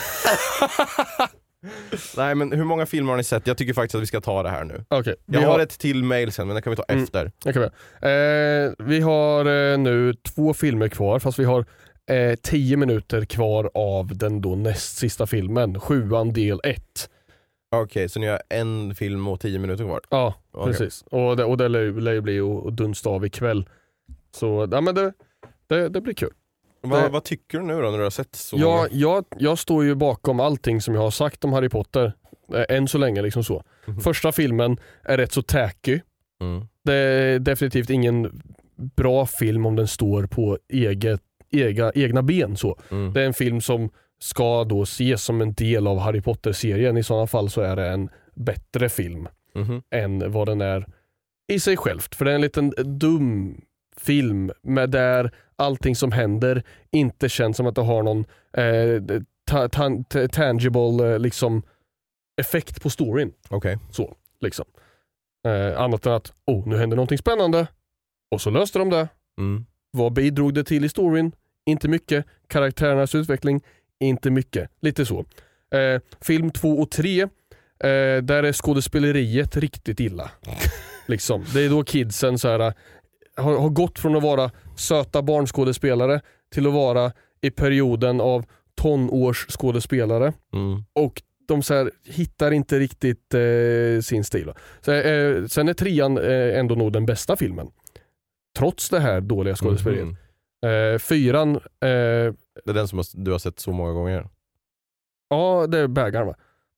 Nej, men hur många filmer har ni sett? Jag tycker faktiskt att vi ska ta det här nu. Okay, jag har, har ett till mail sen, men det kan vi ta mm, efter. Det kan vi. Eh, vi har eh, nu två filmer kvar, fast vi har eh, tio minuter kvar av den då näst sista filmen, sjuan del ett. Okej, okay, så ni har en film och tio minuter kvar? Ja, okay. Precis. Och det, och det lär ju bli att dunsta av ikväll. Så ja, men det, det, det blir kul. Va, det, vad tycker du nu då när du har sett så ja, många? Jag, jag står ju bakom allting som jag har sagt om Harry Potter. Eh, än så länge liksom så. Mm. Första filmen är rätt så tacky. Mm. Det är definitivt ingen bra film om den står på eget, ega, egna ben så. Mm. Det är en film som ska då ses som en del av Harry Potter-serien. I sådana fall så är det en bättre film mm. än vad den är i sig självt. För det är en liten dum film med där allting som händer inte känns som att det har någon eh, ta, ta, ta, tangible eh, liksom effekt på storyn. Okej. Okay. Så, liksom. Eh, annat än att, oh, nu händer någonting spännande. Och så löste de det. Mm. Vad bidrog det till i storyn? Inte mycket. Karaktärernas utveckling? Inte mycket. Lite så. Eh, film två och tre eh, där är skådespeleriet riktigt illa. liksom. Det är då kidsen så här, har, har gått från att vara söta barnskådespelare till att vara i perioden av tonårsskådespelare. Mm. Och de så här, hittar inte riktigt eh, sin stil. Så, eh, sen är trean eh, ändå nog den bästa filmen. Trots det här dåliga skådespeleriet. Mm. Eh, fyran... Eh, det är den som du har sett så många gånger. Ja, det är bägaren va?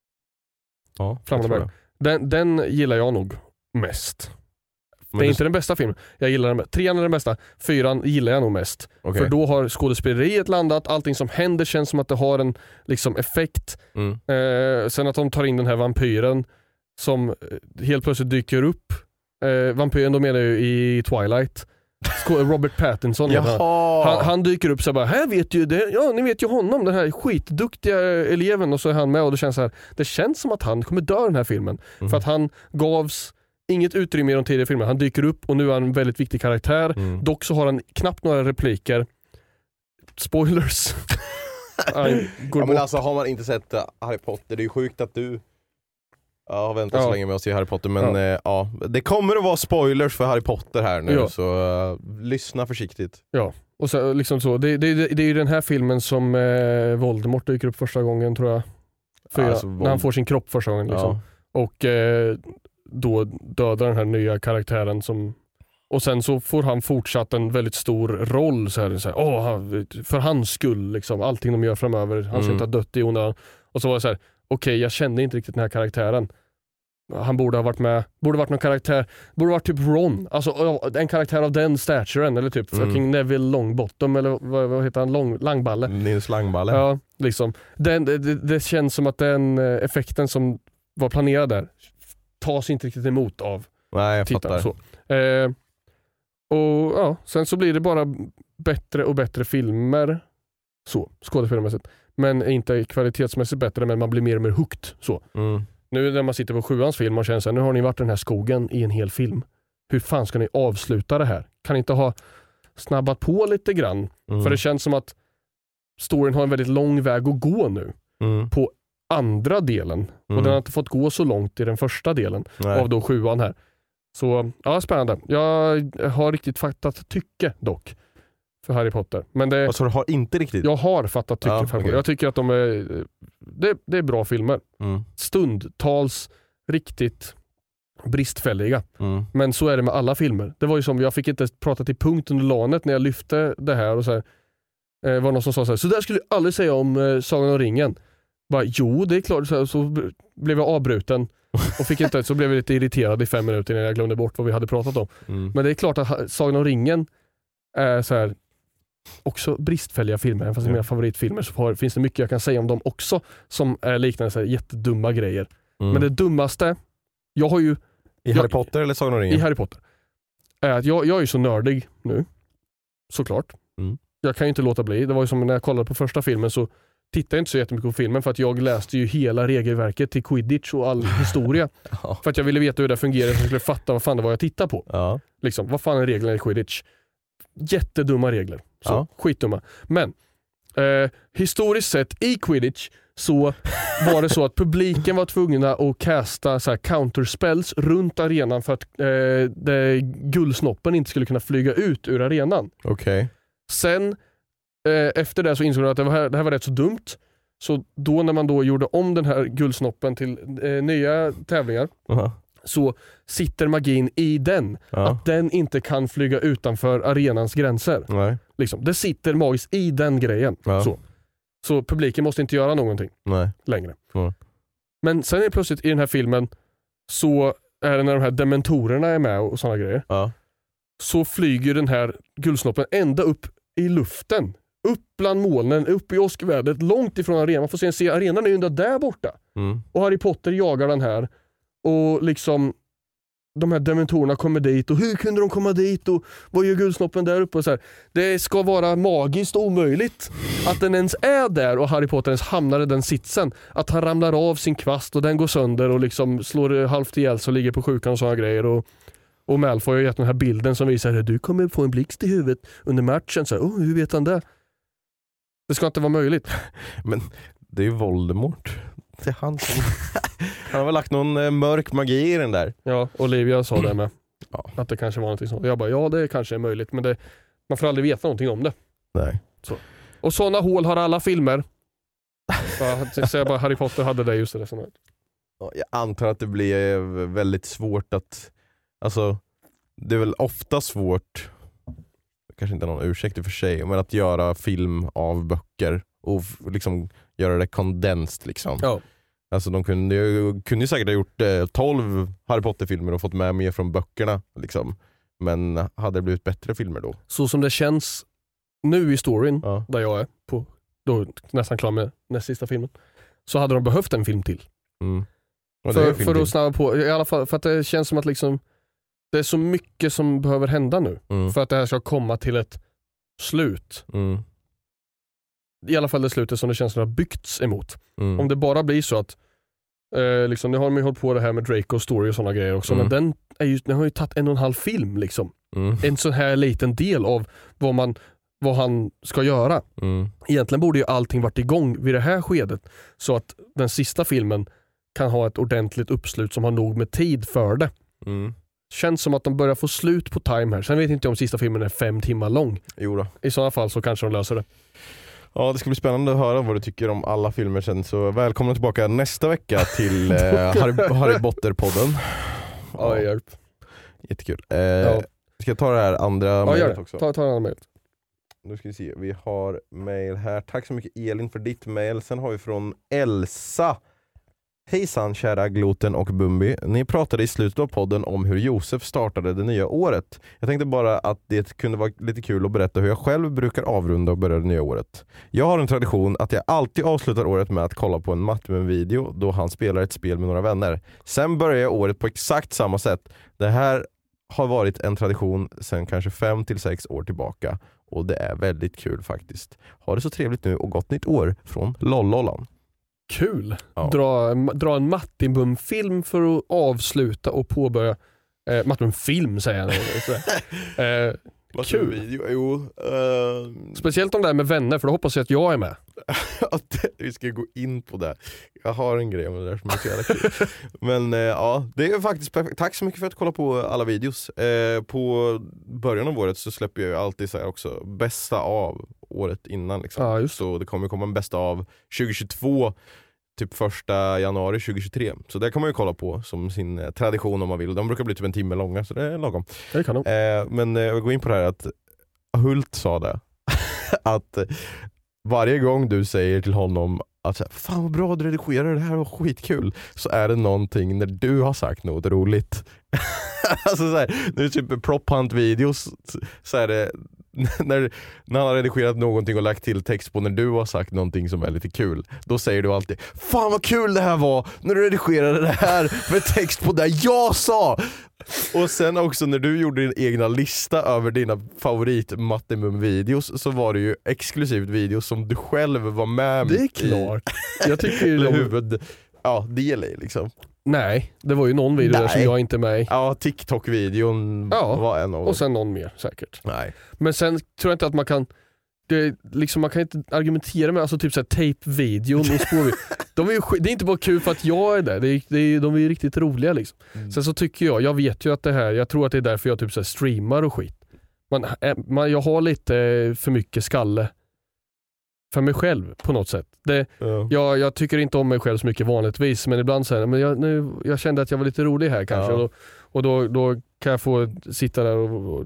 Ja, bägaren. Den, den gillar jag nog mest. Men det är du... inte den bästa filmen. Jag gillar den. Trean är den bästa. Fyran gillar jag nog mest. Okay. För då har skådespeleriet landat. Allting som händer känns som att det har en liksom, effekt. Mm. Eh, sen att de tar in den här vampyren som helt plötsligt dyker upp. Eh, vampyren de menar ju i Twilight. Robert Pattinson. han, han dyker upp så bara, här vet ju det. Ja, ni vet ju honom, den här skitduktiga eleven, och så är han med och det känns så här, det känns som att han kommer dö den här filmen. Mm. För att han gavs inget utrymme i de tidigare filmerna. Han dyker upp och nu är han en väldigt viktig karaktär. Mm. Dock så har han knappt några repliker. Spoilers. ja, men alltså har man inte sett Harry Potter, det är ju sjukt att du Jag har väntat ja. så länge med att se Harry Potter, men ja. Eh, ja, det kommer att vara spoilers för Harry Potter här nu, ja. så uh, lyssna försiktigt. Ja, och så, liksom så. Det, det, det är ju den här filmen som eh, Voldemort dyker upp första gången, tror jag. Fyra, alltså, när han får sin kropp första gången. Liksom. Ja. Och eh, då dödar den här nya karaktären som... Och sen så får han fortsatt en väldigt stor roll så här, så här, åh, han, för hans skull liksom, allting de gör framöver, han ska mm. inte ha dött i onödan. Och så var det så här, okej, okay, jag kände inte riktigt den här karaktären. han borde ha varit med, borde varit någon karaktär, borde varit typ Ron, alltså en karaktär av den staturen, eller typ mm. fucking Neville Longbottom, eller vad, vad heter han, Lång, Langballe. Nils Langballe. Ja, liksom. Den, det, det känns som att den effekten som var planerad där tas inte riktigt emot av Nej, jag tittare. fattar. Så. Eh, och ja, sen så blir det bara bättre och bättre filmer, så, skådespelarmässigt. Men inte kvalitetsmässigt bättre, men man blir mer och mer hooked. Så. Mm. Nu när man sitter på sjuans film och känner så här, nu har ni varit i den här skogen i en hel film. Hur fan ska ni avsluta det här? Kan ni inte ha snabbat på lite grann? Mm. För det känns som att storyn har en väldigt lång väg att gå nu. Mm. På andra delen. Mm. Och den har inte fått gå så långt i den första delen. Nej. Av då sjuan här. Så ja, spännande. Jag har riktigt fattat tycke dock. För Harry Potter. Men det, alltså, du har inte riktigt? Jag har fattat tycke. Ja, för okay. Jag tycker att de är det, det är bra filmer. Mm. Stundtals riktigt bristfälliga. Mm. Men så är det med alla filmer. Det var ju som, jag fick inte prata till punkt under lanet när jag lyfte det här och så här, eh, var någon som sa så här, så där skulle jag aldrig säga om eh, Sagan om ringen. Bara, jo, det är klart. Så, så blev jag avbruten och fick inte, så blev jag lite irriterad i fem minuter när jag glömde bort vad vi hade pratat om. Mm. Men det är klart att Sagan om ringen är så här också bristfälliga filmer. Fast i mina favoritfilmer så har, finns det mycket jag kan säga om dem också som är liknande så här jättedumma grejer. Mm. Men det dummaste, jag har ju... I Harry jag, Potter eller Sagan om ringen? I Harry Potter. Är att jag, jag är ju så nördig nu. Såklart. Mm. Jag kan ju inte låta bli. Det var ju som när jag kollade på första filmen så tittade jag inte så jättemycket på filmen för att jag läste ju hela regelverket till Quidditch och all historia. Ja. För att jag ville veta hur det fungerar så jag skulle fatta vad fan det var jag tittade på. Ja. Liksom, vad fan är reglerna i Quidditch? Jättedumma regler. Så, ja. Skitdumma. Men eh, historiskt sett i Quidditch så var det så att publiken var tvungna att casta så här counterspells runt arenan för att eh, det, guldsnoppen inte skulle kunna flyga ut ur arenan. Okej. Okay. Sen eh, efter det så insåg jag att det, var, det här var rätt så dumt. Så då när man då gjorde om den här guldsnoppen till eh, nya tävlingar uh-huh. så sitter magin i den. Ja. Att den inte kan flyga utanför arenans gränser. Nej. Liksom, det sitter magiskt i den grejen. Ja. Så. Så publiken måste inte göra någonting Nej. längre. Ja. Men sen är plötsligt i den här filmen så är det när de här dementorerna är med och sådana grejer. Ja. Så flyger den här guldsnoppen ända upp i luften. Upp bland molnen, upp i åskvädret, långt ifrån arenan. Man får se, se arenan är ju ändå där borta. Mm. Och Harry Potter jagar den här. Och liksom de här dementorerna kommer dit och hur kunde de komma dit och vad gör guldsnoppen där uppe och så här. Det ska vara magiskt omöjligt att den ens är där och Harry Potter ens hamnar i den sitsen att han ramlar av sin kvast och den går sönder och liksom slår halvt ihjäl så ligger på sjukan och sådana grejer och, och Malfoy har gett den här bilden som visar att du kommer få en blixt i huvudet under matchen så här, oh, hur vet han det? Det ska inte vara möjligt. Men det är ju Voldemort. Det är han som... Han har väl lagt någon eh, mörk magi i den där. Ja, Olivia sa det med. Ja. Att det kanske var någonting sånt. Jag bara, ja det kanske är möjligt. Men det, man får aldrig veta någonting om det. Nej. Så. Och sådana hål har alla filmer. Jag säger bara Harry Potter hade det just det. Sånt. Ja, jag antar att det blir väldigt svårt att... Alltså, det är väl ofta svårt... Kanske inte någon ursäkt i och för sig. Men att göra film av böcker. Och liksom göra det kondenst liksom. Ja. Alltså de kunde ju, kunde ju säkert ha gjort eh, tolv Harry Potter-filmer och fått med mer från böckerna liksom. Men hade det blivit bättre filmer då? Så som det känns nu i storyn ja. Där jag är på, då nästan klar med näst sista filmen, så hade de behövt en film till. Mm. För, film för till. Att snabba på, i alla fall för att det känns som att liksom det är så mycket som behöver hända nu mm. för att det här ska komma till ett slut. Mm. I alla fall det slutet som det känns som det har byggts emot. Mm. Om det bara blir så att eh, liksom, nu har de ju hållit på det här med Draco Story och sådana grejer också, mm. men den, är ju, den har ju tagit en och en halv film liksom. Mm. En sån här liten del av vad, man, vad han ska göra. Mm. Egentligen borde ju allting varit igång vid det här skedet så att den sista filmen kan ha ett ordentligt uppslut som har nog med tid för det. Mm. Känns som att de börjar få slut på time här. Sen vet inte om sista filmen är fem timmar lång. Jo då. I sådana fall så kanske de löser det. Ja, det ska bli spännande att höra vad du tycker om alla filmer sen. Så välkomna tillbaka nästa vecka till eh, Harry, Harry Potter-podden. Ja, ja, hjälp. Jättekul. Eh, ja. Ska jag ta det här andra ja, mejlet också? Ta, ta det andra mejlet. Nu ska vi se. Vi har mejl här. Tack så mycket Elin för ditt mejl. Sen har vi från Elsa. Hejsan kära Gloten och Bumbi. Ni pratade i slutet av podden om hur Josef startade det nya året. Jag tänkte bara att det kunde vara lite kul att berätta hur jag själv brukar avrunda och börja det nya året. Jag har en tradition att jag alltid avslutar året med att kolla på en Mattemun-video då han spelar ett spel med några vänner. Sen börjar jag året på exakt samma sätt. Det här har varit en tradition sedan kanske fem till sex år tillbaka. Och det är väldigt kul faktiskt. Ha det så trevligt nu och gott nytt år från Lollollan. Kul. Ja. Dra, dra en Mattimum-film för att avsluta och påbörja. Eh, Mattimum-film säger jag nu. eh, Kul. Video. Jo, uh... Speciellt om det här med vänner, för då hoppas jag att jag är med. Vi ska gå in på det. Jag har en grej med det där som är så jävla kul. Men uh, ja, det är faktiskt perfekt. Tack så mycket för att kolla på alla videos. Uh, på början av året så släpper jag alltid så här också bästa av året innan. Liksom. Ja, just. Så det kommer komma en bästa av tjugohundratjugotvå typ första januari tjugohundratjugotre. Så det kan man ju kolla på som sin eh, tradition om man vill. De brukar bli typ en timme långa, så det är lagom. Det kan de. Eh, men eh, jag går in på det här att Hult sa det. att eh, varje gång du säger till honom att så här, fan vad bra du redigerar, det här var skitkul, så är det någonting när du har sagt något roligt. Alltså så här, när du typ prop hunt videos så är det när, när han har redigerat någonting och lagt till text på när du har sagt någonting som är lite kul, då säger du alltid fan vad kul det här var när du redigerade det här med text på det jag sa. Och sen också när du gjorde din egna lista över dina favorit Mattimum-videos, så var det ju exklusivt videos som du själv var med Det är klart. I, jag tycker ju huvud, ja, del i liksom. Nej, det var ju någon video där som jag inte är med i. Ja, TikTok-videon ja, var en av och sen någon mer säkert. Nej. Men sen tror jag inte att man kan det, liksom, man kan inte argumentera med alltså typ såhär tape-videon och spår. De är ju, det är inte bara kul för att jag är där. Det är, det är, de är ju riktigt roliga liksom. Mm. Sen så tycker jag, jag vet ju att det här, jag tror att det är därför jag typ såhär streamar och skit. Man, man, jag har lite för mycket skalle för mig själv på något sätt. Det, ja. jag, jag tycker inte om mig själv så mycket vanligtvis, men ibland så här, men jag, nu, jag kände att jag var lite rolig här kanske. Ja. Och, och då, då kan jag få sitta där och, och, och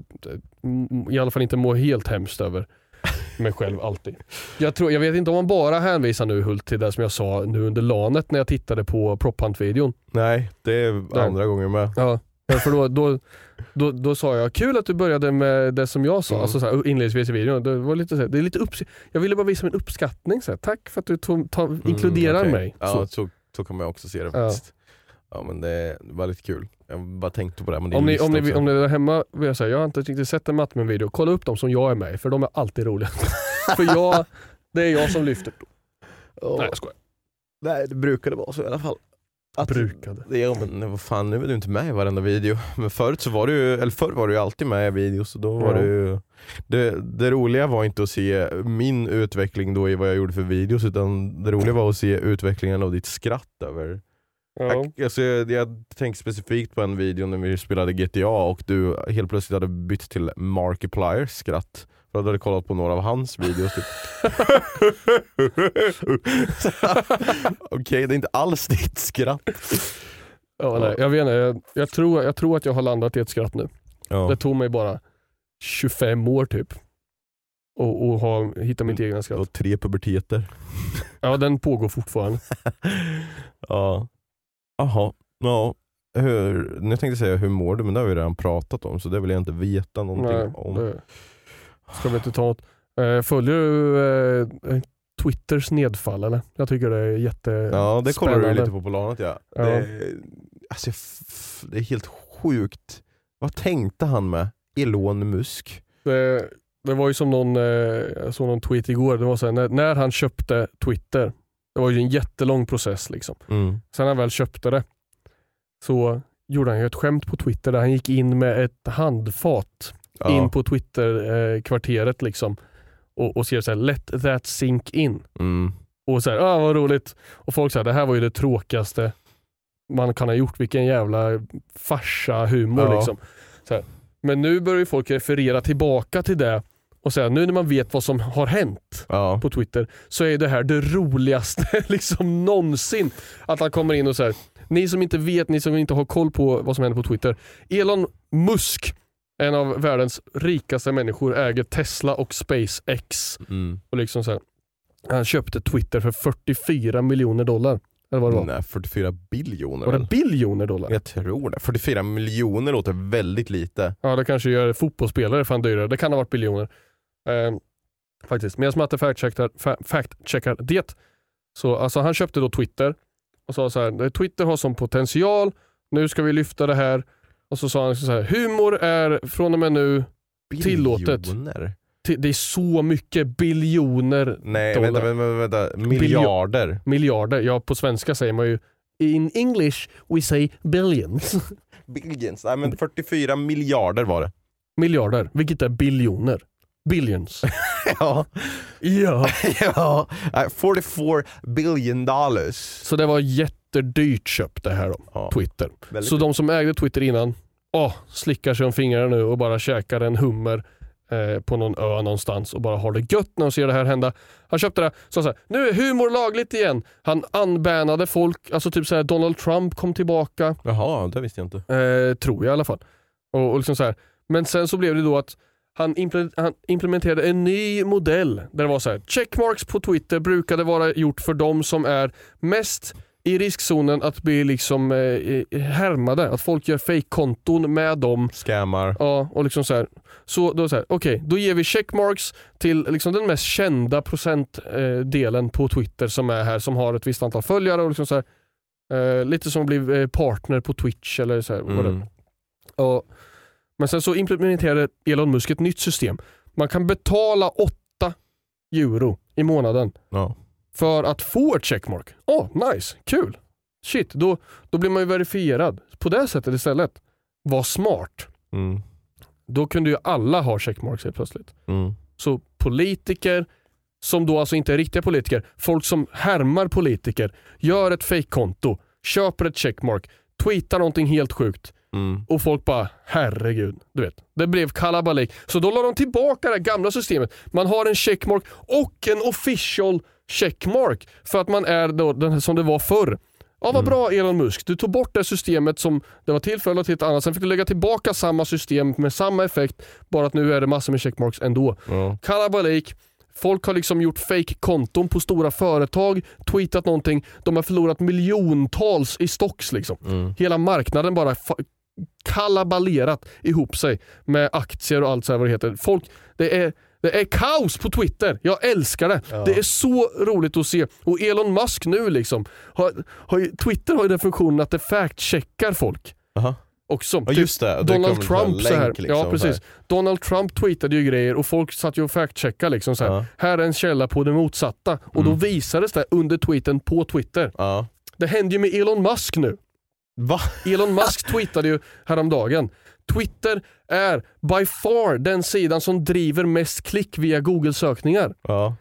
i alla fall inte må helt hemskt över mig själv alltid. Jag, tror, jag vet inte om man bara hänvisar nu Hult till det som jag sa nu under lanet när jag tittade på Prop Hunt-videon. Nej, det är andra Där. gången med. Ja. För då, då, då, då sa jag, kul att du började med det som jag sa, mm. alltså så här, inledningsvis i videon. Det var lite så här, det är lite upps- jag ville bara visa min uppskattning. Så här. Tack för att du tog, ta, mm, inkluderar okay. mig. Ja, så. Så, så kan man också se det faktiskt. Ja, ja men det var lite kul. Jag bara tänkte på det. Men det om, ni, om, ni, om ni är där hemma vill jag säga, jag har inte riktigt sett en Mattimum-video. Kolla upp dem som jag är med, för de är alltid roliga. För jag, det är jag som lyfter. Oh. Nej, jag skojar. Nej, det brukade vara så i alla fall. Att, brukade. Ja, men vad fan, nu är du inte med i varenda video. Men förut så var du ju, eller förr var du ju alltid med i videos, och då var ja. det ju det, det roliga var inte att se min utveckling då i vad jag gjorde för videos, utan det roliga var att se utvecklingen av ditt skratt över. Ja. Jag, alltså, jag, jag tänkte specifikt på en video när vi spelade G T A och du helt plötsligt hade bytt till Markipliers skratt. För du hade kollat på några av hans videos typ. Okej, okay, det är inte alls ditt skratt. Ja, nej, jag vet inte, jag, jag, tror, jag tror att jag har landat i ett skratt nu. Ja. Det tog mig bara tjugofem år typ och, och ha, hitta mitt egna skratt. Och tre puberteter. Ja, den pågår fortfarande. Ja. Jaha, ja. Hur, nu tänkte jag säga hur mår du, men det har vi redan pratat om, så det vill jag inte veta någonting Nej, om. Det ska vi inte ta något. Eh, följer du eh, Twitters nedfall eller? Jag tycker det är jättespännande. Ja, det kollar du lite på på lanet, ja. ja. Det, alltså, det är helt sjukt. Vad tänkte han med Elon Musk? Det, det var ju som någon, eh, såg någon tweet igår. Det var så här, när, när han köpte Twitter, det var ju en jättelång process liksom. Mm. Sen han väl köpte det så gjorde han ju ett skämt på Twitter där han gick in med ett handfat ja. in på Twitter-kvarteret eh, liksom och, och skrev så här, let that sink in. Mm. Och så här, ah, vad roligt. Och folk sa det här var ju det tråkigaste man kan ha gjort, vilken jävla farsa humor ja. liksom. Så här. Men nu börjar ju folk referera tillbaka till det och säga, nu när man vet vad som har hänt ja. på Twitter, så är det här det roligaste liksom någonsin. Att han kommer in och säger, ni som inte vet, ni som inte har koll på vad som händer på Twitter, Elon Musk, en av världens rikaste människor, äger Tesla och SpaceX. Mm. Och liksom så här, han köpte Twitter för fyrtiofyra miljoner dollar. Eller vad det var? Nej, fyrtiofyra biljoner. Var det väl? biljoner dollar? Jag tror det. fyrtiofyra miljoner låter väldigt lite. Ja, det kanske gör fotbollsspelare fan dyrare. Det kan ha varit biljoner. Eh, faktiskt. Men jag som att fact-checkar, fact-checkar det. Så alltså, han köpte då Twitter och sa så här: Twitter har som potential, nu ska vi lyfta det här. Och så sa han så här: humor är från och med nu tillåtet. Biljoner? Det är så mycket biljoner Nej, dollar. vänta, vänta, vänta. Miljarder. Biljo- miljarder. Ja, på svenska säger man ju in English we say billions. Billions. Nej, men fyrtiofyra miljarder var det. Miljarder, vilket är biljoner. Billions. Ja. Ja. Ja. fyrtiofyra billion dollars. Så det var jättedyrt köpt det här då, Ja. Twitter. Väldigt Så de som ägde Twitter innan, åh, slickar sig om fingrarna nu och bara käkar en hummer eh, på någon ö någonstans och bara har det gött när de ser det här hända. Han köpte det, så så här, nu är humor lagligt igen. Han unbannade folk, alltså typ så här, Donald Trump kom tillbaka. Jaha, det visste jag inte. Eh, tror jag i alla fall. Och, och liksom så här. Men sen så blev det då att han, imple- han implementerade en ny modell där det var så här: checkmarks på Twitter brukade vara gjort för de som är mest i riskzonen att bli liksom eh, härmade, att folk gör fake-konton med dem. Scammar. Ja, och liksom så här. Så då så här, okej, okay, då ger vi checkmarks till liksom den mest kända procentdelen eh, på Twitter som är här, som har ett visst antal följare och liksom så här, eh, lite som att bli eh, partner på Twitch eller så här. Mm. Och men sen så implementerade Elon Musk ett nytt system. Man kan betala åtta euro i månaden Ja. för att få ett checkmark. Åh, oh, nice, kul. Shit, då, då blir man ju verifierad. På det sättet istället. Var smart. Mm. Då kunde ju alla ha checkmarks helt plötsligt. Mm. Så politiker, som då alltså inte är riktiga politiker, folk som härmar politiker, gör ett fake-konto, köper ett checkmark, tweetar någonting helt sjukt. Mm. Och folk bara, herregud, du vet. Det blev kalabalik. Så då la de tillbaka det gamla systemet. Man har en checkmark och en official checkmark för att man är då den som det var förr. Ja, vad Mm. bra Elon Musk. Du tog bort det systemet som det var tillfälligt till ett annat. Sen fick du lägga tillbaka samma system med samma effekt. Bara att nu är det massor med checkmarks ändå. Ja. Kalabalik. Folk har liksom gjort fake-konton på stora företag, tweetat någonting. De har förlorat miljontals i stocks liksom. Mm. Hela marknaden bara fa- kalabalerat ihop sig med aktier och allt så här vad det heter. Folk, det är, det är kaos på Twitter. Jag älskar det. Ja. Det är så roligt att se. Och Elon Musk nu liksom, har, har, ju- Twitter har ju den funktionen att det fact-checkar folk. Aha. Också. Ja, just det. Det Donald kommer en Trump så här. länk, liksom, ja, precis. så Donald Trump tweetade ju grejer och folk satt ju och fact-checkade liksom så här. Ja. Här är en källa på det motsatta. Och Mm. då visades det under tweeten på Twitter. Ja. Det händer ju med Elon Musk nu. Va? Elon Musk tweetade ju häromdagen. Twitter är by far den sidan som driver mest klick via Google-sökningar. Ja.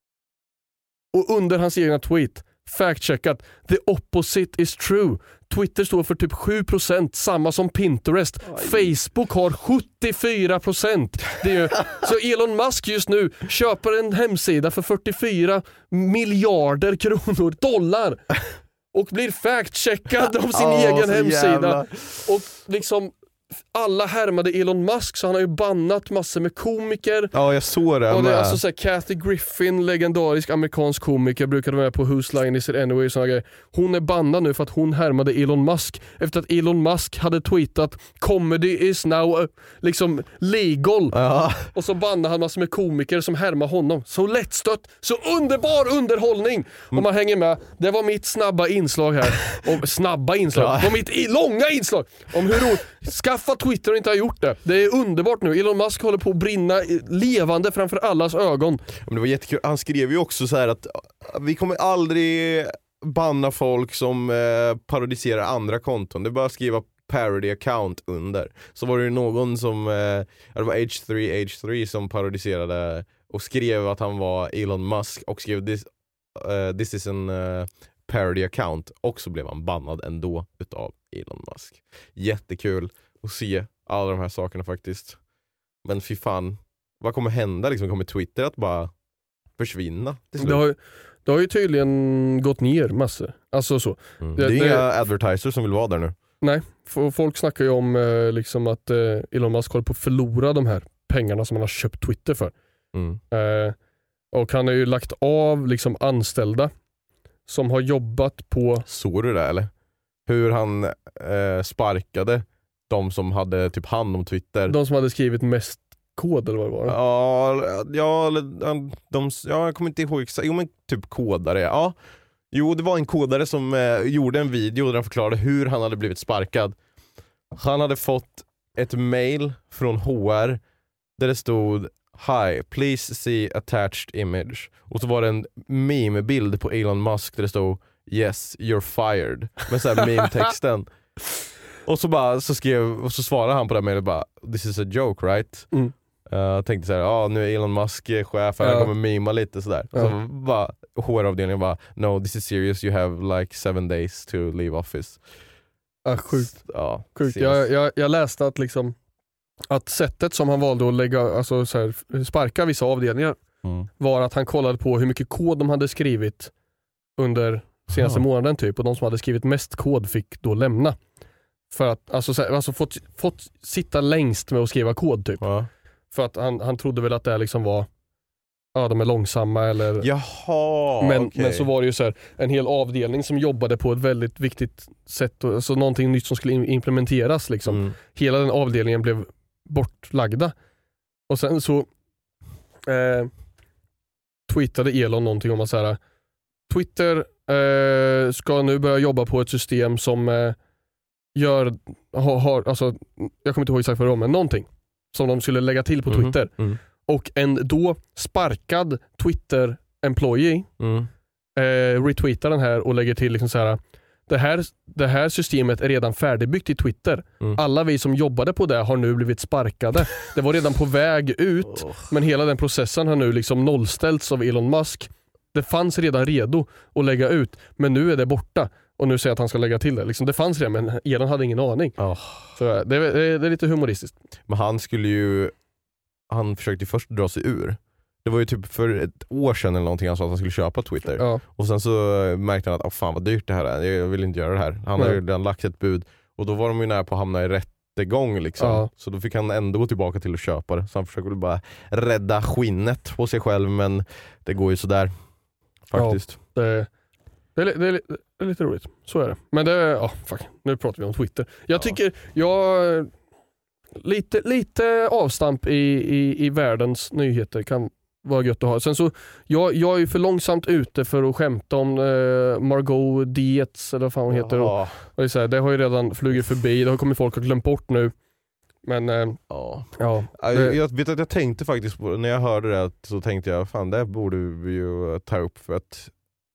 Och under hans egna tweet, fact-checkat, the opposite is true. Twitter står för typ sju procent, samma som Pinterest. Facebook har sjuttiofyra procent. Det är ju, så Elon Musk just nu köper en hemsida för fyrtiofyra miljarder kronor, dollar. Och blir fact-checkad av sin Ja, egen så hemsida. jävla. Och liksom alla härmade Elon Musk, så han har ju bannat massor med komiker. Ja, jag såg det Och det med. är alltså så här, Kathy Griffin, legendarisk amerikansk komiker, brukade vara med på Whose Line Is It Anyway och såna grejer. Hon är bannad nu för att hon härmade Elon Musk efter att Elon Musk hade tweetat comedy is now uh, liksom legal. Ja. Och så bannade han massor med komiker som härmar honom. Så lättstött, så underbar underhållning. Om man hänger med. Det var mitt snabba inslag här. Och snabba inslag. Ja. Det var mitt i, långa inslag om hur roligt. Skaffa Twitter och inte har gjort det. Det är underbart nu. Elon Musk håller på att brinna levande framför allas ögon. Men det var jättekul. Han skrev ju också så här att vi kommer aldrig banna folk som eh, parodiserar andra konton. Det är bara att skriva parody account under. Så var det ju någon som eh, det var H tre H tre som parodiserade och skrev att han var Elon Musk och skrev this, uh, this is an uh, parody account, och så blev han bannad ändå utav Elon Musk. Jättekul att se alla de här sakerna faktiskt. Men fy fan, vad kommer hända liksom? Kommer Twitter att bara försvinna till slut? Det har, det har ju tydligen gått ner massor. Alltså så. Mm. Det- Det, är det- inga advertisers som vill vara där nu. Nej, f- folk snackar ju om eh, liksom att eh, Elon Musk håller på att förlora de här pengarna som han har köpt Twitter för. Mm. Eh, och han har ju lagt av liksom anställda som har jobbat på... Såg du det eller? Hur han eh, sparkade de som hade typ hand om Twitter. De som hade skrivit mest kod eller vad det var? Ja, ja, de, ja jag kommer inte ihåg exakt. Jo men typ kodare, ja. Jo det var en kodare som eh, gjorde en video där han förklarade hur han hade blivit sparkad. Han hade fått ett mail från H R där det stod Hi, please see attached image. Och så var det en meme-bild på Elon Musk där det stod Yes, you're fired. Med så här meme-texten. Och så bara så skrev och så svarade han på det mejlet bara This is a joke, right? Mm. Uh, tänkte så här, ja ah, nu är Elon Musk chef, han ja. kommer mima lite sådär. Ja. Så bara H R-avdelningen bara no, this is serious, you have like seven days to leave office. Ja, sjukt. Ja, sjukt. Jag, jag, jag läste att liksom att sättet som han valde att lägga, alltså så här, sparka vissa avdelningar mm. var att han kollade på hur mycket kod de hade skrivit under senaste ja. månaden typ, och de som hade skrivit mest kod fick då lämna. För att alltså, så här, alltså fått, fått sitta längst med att skriva kod typ. Ja. För att han, han trodde väl att det liksom var ja, de är långsamma eller... Jaha, men, okay. men så var det ju så här, en hel avdelning som jobbade på ett väldigt viktigt sätt, alltså någonting nytt som skulle implementeras liksom. Mm. Hela den avdelningen blev bortlagda. Och sen så eh, tweetade Elon någonting om att så här, Twitter eh, ska nu börja jobba på ett system som eh, gör har, har, alltså, jag kommer inte ihåg exakt vad det var, men någonting som de skulle lägga till på Twitter. Mm. Mm. Och en då sparkad Twitter-employee mm. eh, retweetar den här och lägger till liksom så här, det här, det här systemet är redan färdigbyggt i Twitter. Mm. Alla vi som jobbade på det har nu blivit sparkade. Det var redan på väg ut, oh. men hela den processen har nu liksom nollställts av Elon Musk. Det fanns redan redo att lägga ut, men nu är det borta. Och nu säger att han ska lägga till det. Liksom, det fanns redan, men Elon hade ingen aning. Oh. Så det, det, det är lite humoristiskt. Men han skulle ju... Han försökte först dra sig ur. Det var ju typ för ett år sedan eller någonting han sa att han skulle köpa Twitter. Ja. Och sen så märkte han att oh, fan vad dyrt det här är. Jag vill inte göra det här. Han har ju redan lagt ett bud. Och då var de ju nära på att hamna i rättegång liksom. Ja. Så då fick han ändå gå tillbaka till att köpa det. Så han försökte bara rädda skinnet på sig själv. Men det går ju sådär. Faktiskt. Ja, det, det, är, det, är, det är lite roligt. Så är det. Men det är... Oh, fuck. Nu pratar vi om Twitter. Jag ja. tycker... Jag... Lite, lite avstamp i, i, i världens nyheter kan vara gött att ha. Sen så, jag, jag är ju för långsamt ute för att skämta om eh, Margot Dietz eller vad fan hon heter. Och, och det, är så här, det har ju redan flugit förbi. Det har kommit folk att glömt bort nu. Men eh, ja. ja det... jag, jag vet att jag tänkte faktiskt på, när jag hörde det så tänkte jag fan det borde vi ju ta upp för att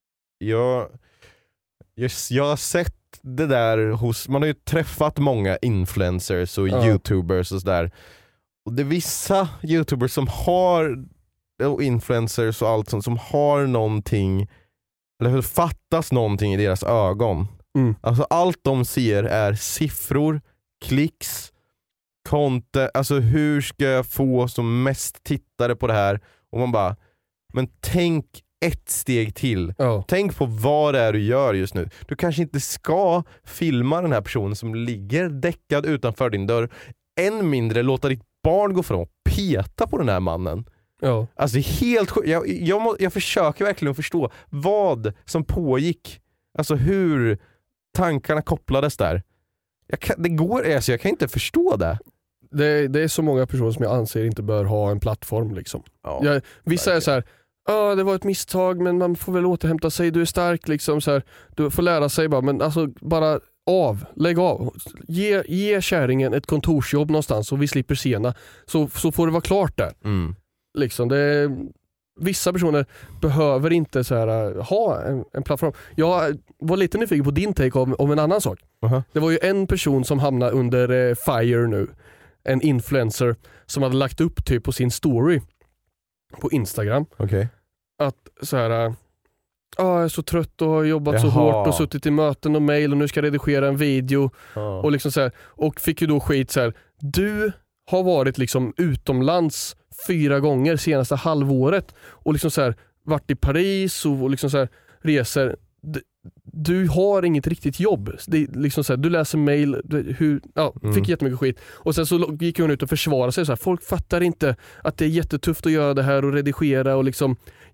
jag jag, jag har sett det där hos, man har ju träffat många influencers och ja. youtubers och sådär. Och det är vissa youtubers som har, och influencers och allt sånt, som har någonting, eller fattas någonting i deras ögon. Mm. Alltså allt de ser är siffror, klicks, content, alltså hur ska jag få som mest tittare på det här? Och man bara, men tänk ett steg till. Oh. Tänk på vad det är du gör just nu. Du kanske inte ska filma den här personen som ligger däckad utanför din dörr. Än mindre låta ditt barn gå fram och peta på den här mannen. Oh. Alltså helt sjukt. Jag, jag, må, jag försöker verkligen förstå vad som pågick. Alltså hur tankarna kopplades där. Jag kan, det går, alltså jag kan inte förstå det. Det, det är så många personer som jag anser inte bör ha en plattform liksom. Oh, jag, vissa verkligen. Är så här, ja, oh, det var ett misstag men man får väl återhämta sig, du är stark liksom så här. Du får lära sig bara, men alltså bara av, lägg av. Ge, ge kärringen ett kontorsjobb någonstans och vi slipper sena. Så, så får det vara klart där. Mm. Liksom, det, vissa personer behöver inte så här, ha en, en plattform. Jag var lite nyfiken på din take om, om en annan sak. Uh-huh. Det var ju en person som hamnade under eh, fire nu. En influencer som hade lagt upp typ på sin story på Instagram. Okay. Att så här, ah, jag är så trött och har jobbat Jaha. så hårt och suttit i möten och mejl och nu ska jag redigera en video. Ah. Och liksom så här, och fick ju då skit så här, du har varit liksom utomlands fyra gånger senaste halvåret och liksom så här varit i Paris och, och liksom så här reser. D- du har inget riktigt jobb. Det är liksom så här, du läser mejl, hur ja, fick mm. jättemycket skit. Och sen så gick hon ut och försvarade sig så här, folk fattar inte att det är jättetufft att göra det här och redigera och liksom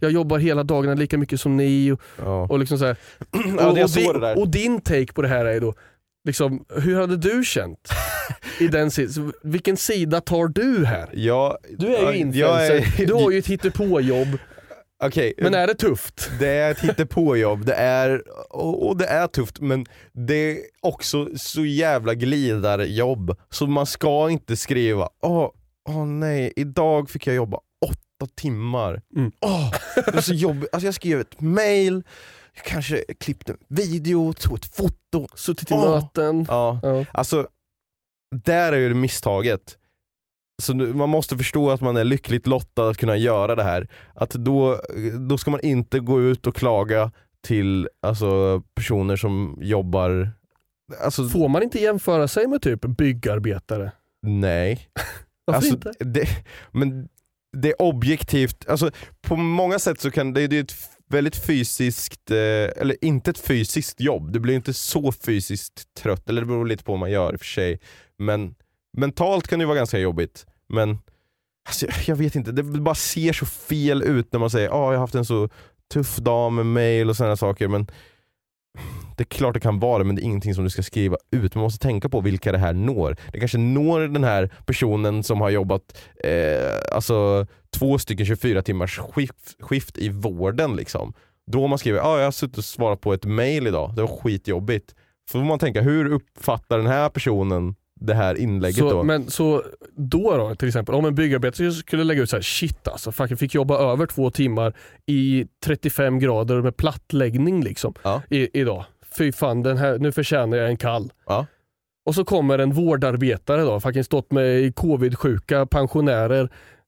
jag jobbar hela dagarna lika mycket som ni och, ja. och liksom så här. Ja, och, det är och, så din, det där. och din take på det här är då liksom, hur hade du känt i den sidan? Vilken sida tar du här? Ja, Du är ju influencer, är... du har ju ett hittepåjobb. Okay, men är det tufft? Det är ett hittepåjobb, det är, och, och det är tufft, men det är också så jävla glidarjobb. Så man ska inte skriva, åh oh, oh, nej, idag fick jag jobba åtta timmar. Mm. Oh, det är så jobbigt. Alltså jag skrev ett mail, jag kanske klippte en video, tog ett foto, suttit i oh. möten. Ja. Ja. Alltså, där är ju det misstaget. Så man måste förstå att man är lyckligt lottad att kunna göra det här. Att då, då ska man inte gå ut och klaga till alltså, personer som jobbar... Alltså, får man inte jämföra sig med typ byggarbetare? Nej. Varför alltså, inte? Det, men det är objektivt. Alltså, på många sätt så kan det, det är ett väldigt fysiskt, eller inte ett fysiskt jobb. Du blir inte så fysiskt trött, eller det beror lite på vad man gör i och för sig. Men mentalt kan det vara ganska jobbigt. Men alltså, jag vet inte, det bara ser så fel ut när man säger att oh, jag har haft en så tuff dag med mail och sådana saker. Men det är klart det kan vara det, men det är ingenting som du ska skriva ut. Man måste tänka på vilka det här når. Det kanske når den här personen som har jobbat eh, alltså två stycken tjugofyra timmars skift, skift i vården liksom. Då man skriver, ja ah, jag har suttit och svarat på ett mail idag, det var skitjobbigt. Så får man tänka, hur uppfattar den här personen det här inlägget så, då? Men så då då, till exempel, om en byggarbetare skulle lägga ut så här, shit alltså, fucking fick jobba över två timmar i trettiofem grader med plattläggning liksom, ja. i, idag. Fy fan, den här, nu förtjänar jag en kall. Ja. Och så kommer en vårdarbetare då, fucking stått med covid-sjuka pensionärer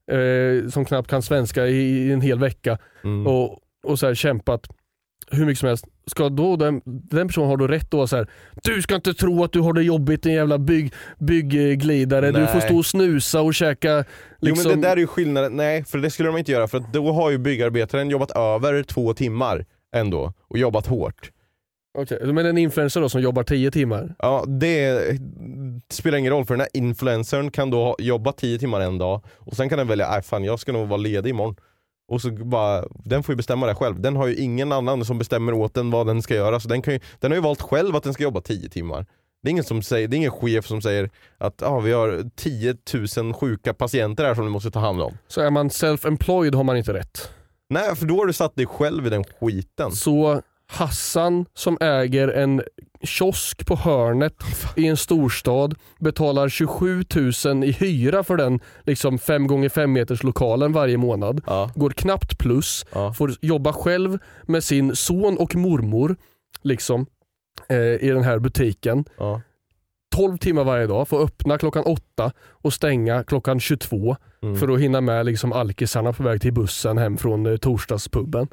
eh, som knappt kan svenska i, i en hel vecka mm. och, och så här kämpat hur mycket som helst. Ska då den, den personen har då rätt då så här, du ska inte tro att du har det jobbigt, en jävla bygg, byggglidare. Nej. Du får stå och snusa och käka liksom. Jo, men det där är ju skillnaden. Nej, för det skulle de inte göra, för att då har ju byggarbetaren jobbat över två timmar ändå och jobbat hårt. Okej, okay. Men en influencer då som jobbar tio timmar? Ja, det spelar ingen roll, för den här influencern kan då jobba tio timmar en dag och sen kan den välja, nej fan jag ska nog vara ledig imorgon. Och så bara, den får ju bestämma det själv. Den har ju ingen annan som bestämmer åt den vad den ska göra. Så den, kan ju, den har ju valt själv att den ska jobba tio timmar. Det är ingen, som säger, det är ingen chef som säger att ah, vi har tio tusen sjuka patienter här som vi måste ta hand om. Så är man self-employed har man inte rätt? Nej, för då har du satt dig själv i den skiten. Så Hassan som äger en kiosk på hörnet i en storstad betalar tjugosju tusen i hyra för den liksom fem gånger fem meters lokalen varje månad. Ja. Går knappt plus. Ja. Får jobba själv med sin son och mormor liksom eh, i den här butiken. Ja. tolv timmar varje dag. Får öppna klockan åtta och stänga klockan tjugotvå mm. för att hinna med liksom alkisarna på väg till bussen hem från eh, torsdagspubben.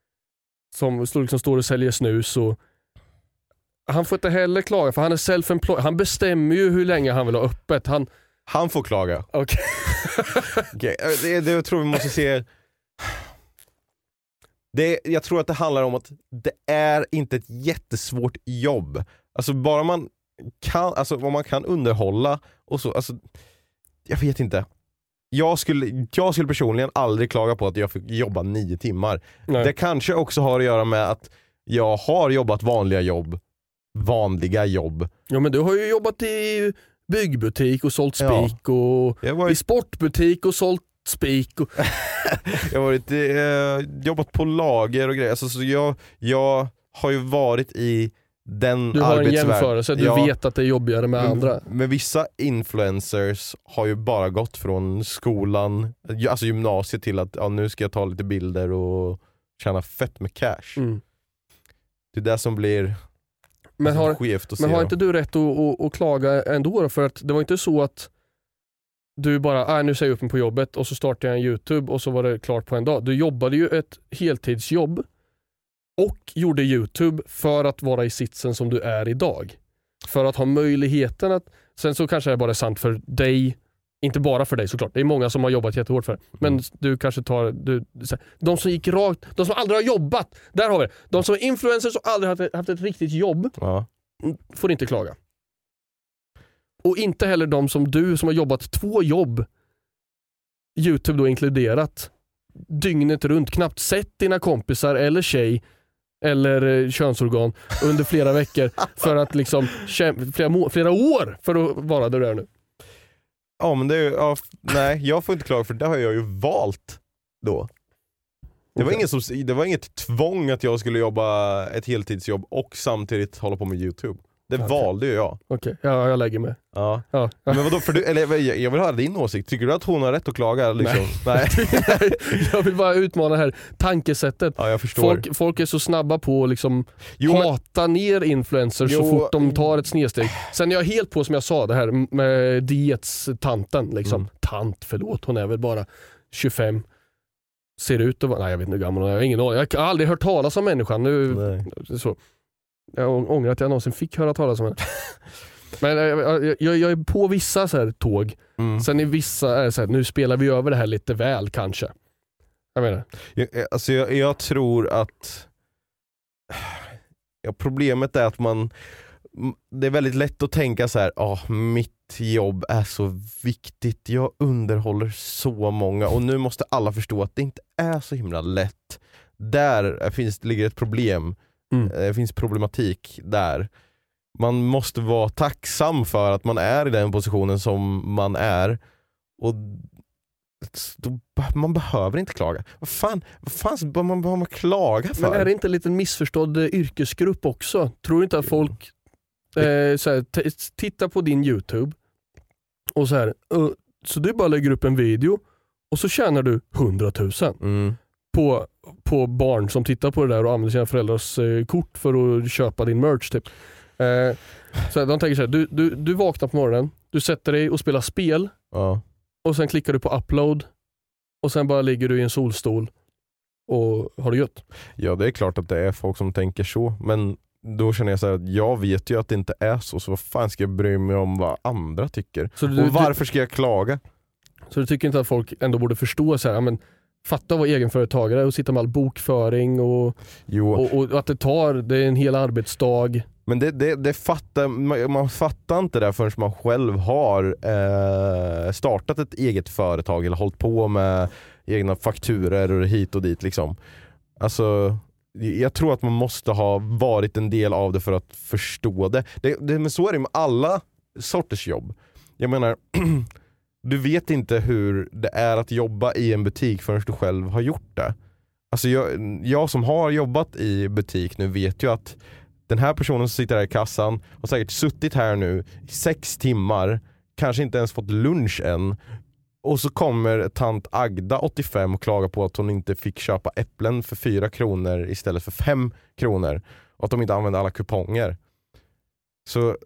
Som liksom står och säljer snus och han får inte heller klaga för han är self-employed. Han bestämmer ju hur länge han vill ha öppet. Han, han får klaga. Okej. Okay. okay. Det, det jag tror vi måste se. Det, jag tror att det handlar om att det är inte ett jättesvårt jobb. Alltså bara man kan, alltså vad man kan underhålla och så, alltså jag vet inte. Jag skulle, jag skulle personligen aldrig klaga på att jag fick jobba nio timmar. Nej. Det kanske också har att göra med att jag har jobbat vanliga jobb. Vanliga jobb. Ja, men du har ju jobbat i byggbutik och sålt spik ja. och varit... i sportbutik och sålt spik. Och... jag har varit, eh, jobbat på lager och grejer. Alltså, så jag, jag har ju varit i den du har en jämförelse, du ja, vet att det är jobbigare med men, andra. Men vissa influencers har ju bara gått från skolan, alltså gymnasiet, till att ja, nu ska jag ta lite bilder och tjäna fett med cash. Mm. Det är det som blir men har, skevt att men se. har inte du rätt att, att, att klaga ändå då? För att det var inte så att du bara, ah, nu säger jag upp mig på jobbet och så startar jag en YouTube och så var det klart på en dag. Du jobbade ju ett heltidsjobb och gjorde YouTube för att vara i sitsen som du är idag. För att ha möjligheten att, sen så kanske det bara är sant för dig, inte bara för dig såklart. Det är många som har jobbat jättehårt för det. Men mm. du kanske tar, du, de som gick rakt, de som aldrig har jobbat, där har vi det. De som är influencers och aldrig haft, haft ett riktigt jobb ja. får inte klaga. Och inte heller de som du som har jobbat två jobb, YouTube då inkluderat, dygnet runt, knappt sett dina kompisar eller tjej eller eh, könsorgan under flera veckor för att liksom käm- flera, må- flera år för att vara där du är nu. Ja men det är, ja, nej jag får inte klaga för det har jag ju valt då. Det var, Okay. ingen som, det var inget tvång att jag skulle jobba ett heltidsjobb och samtidigt hålla på med YouTube. Det Okay. valde ju jag. Okej, okay. ja, jag lägger mig. Ja. Ja. Men vadå, för du, eller, jag vill höra din åsikt. Tycker du att hon har rätt att klaga? Liksom? Nej. Nej. Jag vill bara utmana det här tankesättet. Ja, jag förstår. Folk, folk är så snabba på att liksom Jo, men- hata ner influencers Jo, så fort de tar ett snedsteg. Sen är jag helt på som jag sa det här med dietstanten. Liksom. Mm. Tant, förlåt, hon är väl bara tjugofem. Ser ut att vara, nej jag vet inte hur gammal hon är, jag har ingen aning. Jag har aldrig hört talas om människan. Nu, Nej. så. Jag ångrar att jag någonsin fick höra talas om henne. Men jag, jag, jag är på vissa så här tåg. Mm. Sen i vissa är det så här, nu spelar vi över det här lite väl kanske. Jag menar. Jag, alltså jag, jag tror att ja, problemet är att man det är väldigt lätt att tänka så här, oh, mitt jobb är så viktigt, jag underhåller så många och nu måste alla förstå att det inte är så himla lätt. Där finns, ligger ett problem. Mm. Det finns problematik där. Man måste vara tacksam för att man är i den positionen som man är och då, man behöver inte klaga. Vad fan, vad fan bör man, bör man klaga för? Men är det inte en liten missförstådd eh, yrkesgrupp också? Tror du inte att folk eh, så här, t- tittar på din YouTube och så här, uh, så du bara lägger upp en video och så tjänar du hundratusen Mm. på, på barn som tittar på det där och använder sina föräldrars eh, kort för att köpa din merch typ. Eh, så här, de tänker så här, du, du, du vaknar på morgonen, du sätter dig och spelar spel Ja. och sen klickar du på upload och sen bara ligger du i en solstol och har det gött. Ja, det är klart att det är folk som tänker så, men då känner jag så här att jag vet ju att det inte är så, så vad fan ska jag bry mig om vad andra tycker? Så du, och varför ska jag klaga? Så du tycker inte att folk ändå borde förstå så här, ja, men fatta vad egenföretagare och sitta med all bokföring och, Jo, och, och att det tar, det är en hel arbetsdag. men det, det, det fattar, man, man fattar inte det förrän man själv har eh, startat ett eget företag eller hållit på med egna fakturer och hit och dit liksom. Alltså jag tror att man måste ha varit en del av det för att förstå det. det, det men så är det med alla sorters jobb. Jag menar du vet inte hur det är att jobba i en butik förrän du själv har gjort det. Alltså jag, jag som har jobbat i butik nu vet ju att den här personen som sitter här i kassan har säkert suttit här nu i sex timmar, kanske inte ens fått lunch än. Och så kommer tant Agda åttiofem och klagar på att hon inte fick köpa äpplen för fyra kronor istället för fem kronor. Och att de inte använder alla kuponger. Så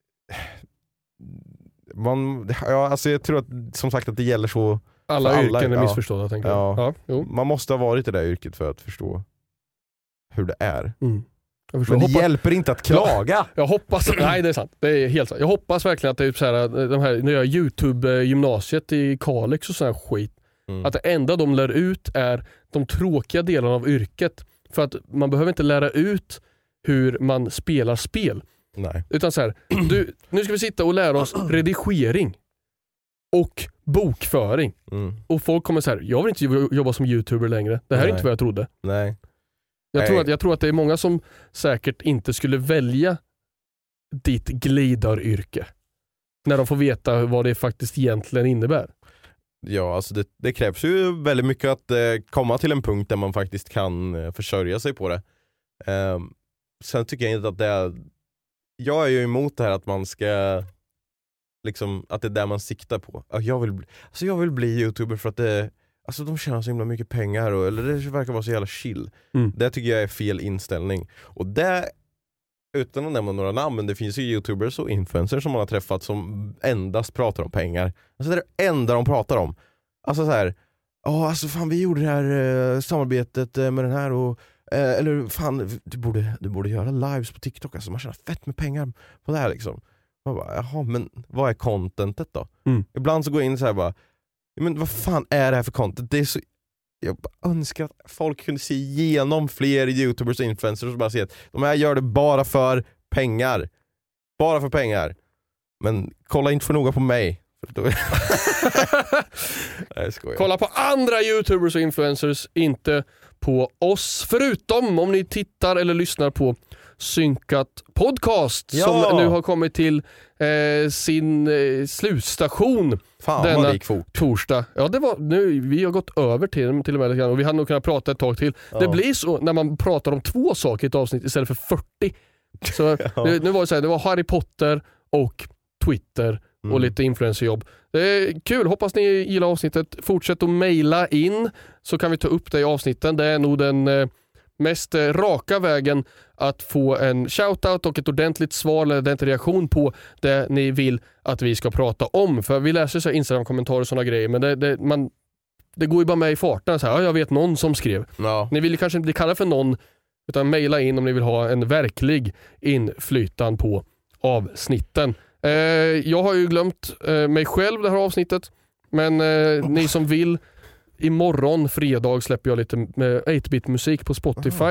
man, ja, alltså jag tror att som sagt att det gäller så Alla, alla, yrken är ja. missförstådda tänker Ja. jag. Ja, jo. man måste ha varit i det där yrket för att förstå hur det är. Mm. Jag förstår. Men det Hoppas, hjälper inte att klaga. jag hoppas, nej det är sant, det är helt sant. Jag hoppas verkligen att det är så här, de här nya YouTube-gymnasiet i Kalix och sån här skit, Mm. att det enda de lär ut är de tråkiga delarna av yrket. För att man behöver inte lära ut hur man spelar spel. Nej. Utan så här, du, nu ska vi sitta och lära oss redigering och bokföring. Mm. Och folk kommer så här, jag vill inte jobba som YouTuber längre. Det här är Nej. inte vad jag trodde. Nej. Jag Nej. tror, att, jag tror att det är många som säkert inte skulle välja ditt glidaryrke när de får veta vad det faktiskt egentligen innebär. Ja, alltså det, det krävs ju väldigt mycket att eh, komma till en punkt där man faktiskt kan eh, försörja sig på det. Eh, sen tycker jag inte att det är... Jag är ju emot det här att man ska... Liksom, att det är där man siktar på. Jag vill bli, alltså jag vill bli YouTuber för att det... Alltså de tjänar så himla mycket pengar och, eller det verkar vara så jävla chill. Mm. Det tycker jag är fel inställning. Och det, utan att nämna några namn, men det finns ju YouTubers och influencers som man har träffat som endast pratar om pengar. Alltså det är det enda de pratar om. Alltså så här, ja alltså fan vi gjorde det här eh, samarbetet eh, med den här och eh, eller fan du borde, du borde göra lives på TikTok, alltså man tjänar fett med pengar på det här liksom. Man bara, jaha men vad är contentet då? Mm. Ibland så går jag in så här bara, men vad fan är det här för content? Det är så, jag bara önskar att folk kunde se igenom fler YouTubers och influencers och bara se att de här gör det bara för pengar. Bara för pengar. Men kolla inte för noga på mig. Då... Nej, skojar. Kolla på andra YouTubers och influencers, inte på oss. Förutom om ni tittar eller lyssnar på Synkat podcast, ja, som nu har kommit till eh, sin eh, slutstation. Fan, denna vad det gick fort. Torsdag. Ja, det var, nu, vi har gått över till, till och med och vi hade nog kunnat prata ett tag till. Ja. Det blir så när man pratar om två saker i ett avsnitt istället för fyrtio. Så ja. det, nu var det så här, det var Harry Potter och Twitter och mm. lite influencerjobb. Det är kul, hoppas ni gillar avsnittet. Fortsätt att mejla in så kan vi ta upp det i avsnitten. Det är nog den eh, mest eh, raka vägen att få en shoutout och ett ordentligt svar eller ordentlig reaktion på det ni vill att vi ska prata om. För vi läser så Instagram-kommentarer och sådana grejer, men det, det, man, det går ju bara med i farten. Så här, ja, jag vet någon som skrev. Ja. Ni vill ju kanske inte bli kallade för någon, utan mejla in om ni vill ha en verklig inflytan på avsnitten. Eh, jag har ju glömt eh, mig själv det här avsnittet, men eh, ni som vill, imorgon fredag släpper jag lite åtta-bit musik på Spotify.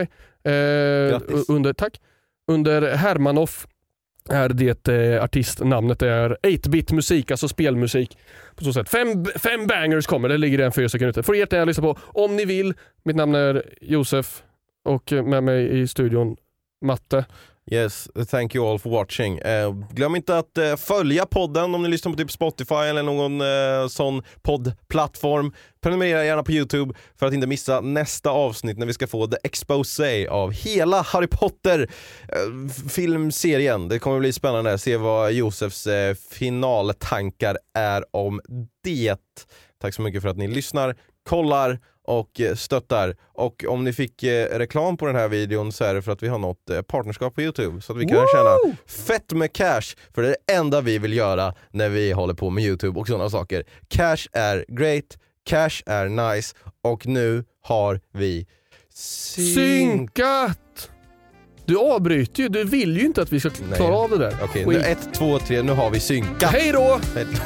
Eh, under, tack. Under Hermanoff är det eh, artistnamnet är åtta-bit musik, alltså spelmusik på så sätt. Fem, fem bangers kommer, det ligger en fyra sekunder. Får jättegärna lyssna på om ni vill. Mitt namn är Josef och med mig i studion Matte. Yes, thank you all for watching. Uh, glöm inte att uh, följa podden om ni lyssnar på typ Spotify eller någon uh, sån poddplattform. Prenumerera gärna på YouTube för att inte missa nästa avsnitt när vi ska få the exposé av hela Harry Potter uh, filmserien. Det kommer bli spännande att se vad Josefs uh, finaltankar är om det. Tack så mycket för att ni lyssnar, kollar och stöttar. Och om ni fick eh, reklam på den här videon så är det för att vi har något eh, partnerskap på YouTube så att vi kan Woo! tjäna fett med cash, för det är det enda vi vill göra när vi håller på med YouTube och sådana saker. Cash är great, cash är nice, och nu har vi syn- synkat! Du avbryter ju, du vill ju inte att vi ska klara Nej. av det där. Okej, okay, nu ett, två, tre, nu har vi synkat. Hej då!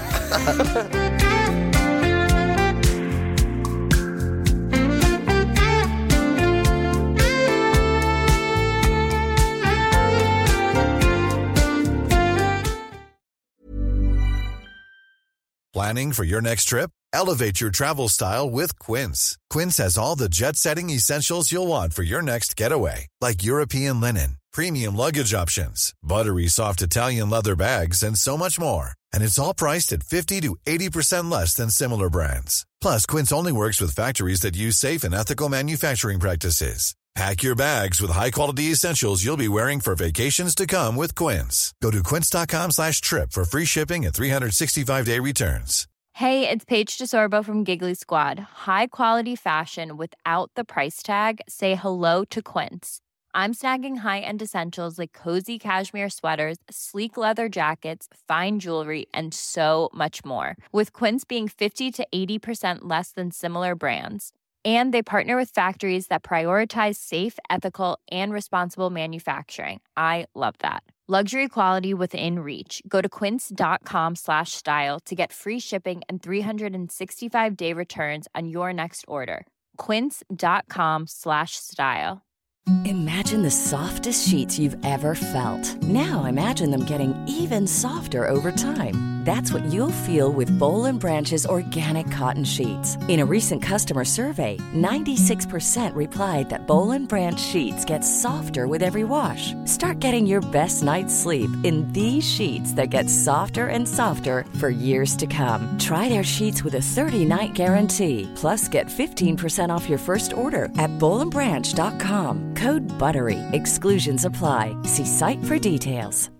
Planning for your next trip? Elevate your travel style with Quince. Quince has all the jet-setting essentials you'll want for your next getaway, like European linen, premium luggage options, buttery soft Italian leather bags, and so much more. And it's all priced at fifty to eighty percent less than similar brands. Plus, Quince only works with factories that use safe and ethical manufacturing practices. Pack your bags with high-quality essentials you'll be wearing for vacations to come with Quince. Go to quince.com slash trip for free shipping and three sixty-five day returns. Hey, it's Paige DeSorbo from Giggly Squad. High quality fashion without the price tag. Say hello to Quince. I'm snagging high-end essentials like cozy cashmere sweaters, sleek leather jackets, fine jewelry, and so much more. With Quince being fifty to eighty percent less than similar brands. And they partner with factories that prioritize safe, ethical, and responsible manufacturing. I love that. Luxury quality within reach. Go to quince.com slash style to get free shipping and three sixty-five day returns on your next order. Quince.com slash style. Imagine the softest sheets you've ever felt. Now imagine them getting even softer over time. That's what you'll feel with Boll and Branch's organic cotton sheets. In a recent customer survey, ninety-six percent replied that Boll and Branch sheets get softer with every wash. Start getting your best night's sleep in these sheets that get softer and softer for years to come. Try their sheets with a thirty-night guarantee. Plus, get fifteen percent off your first order at boll and branch dot com. Code BUTTERY. Exclusions apply. See site for details.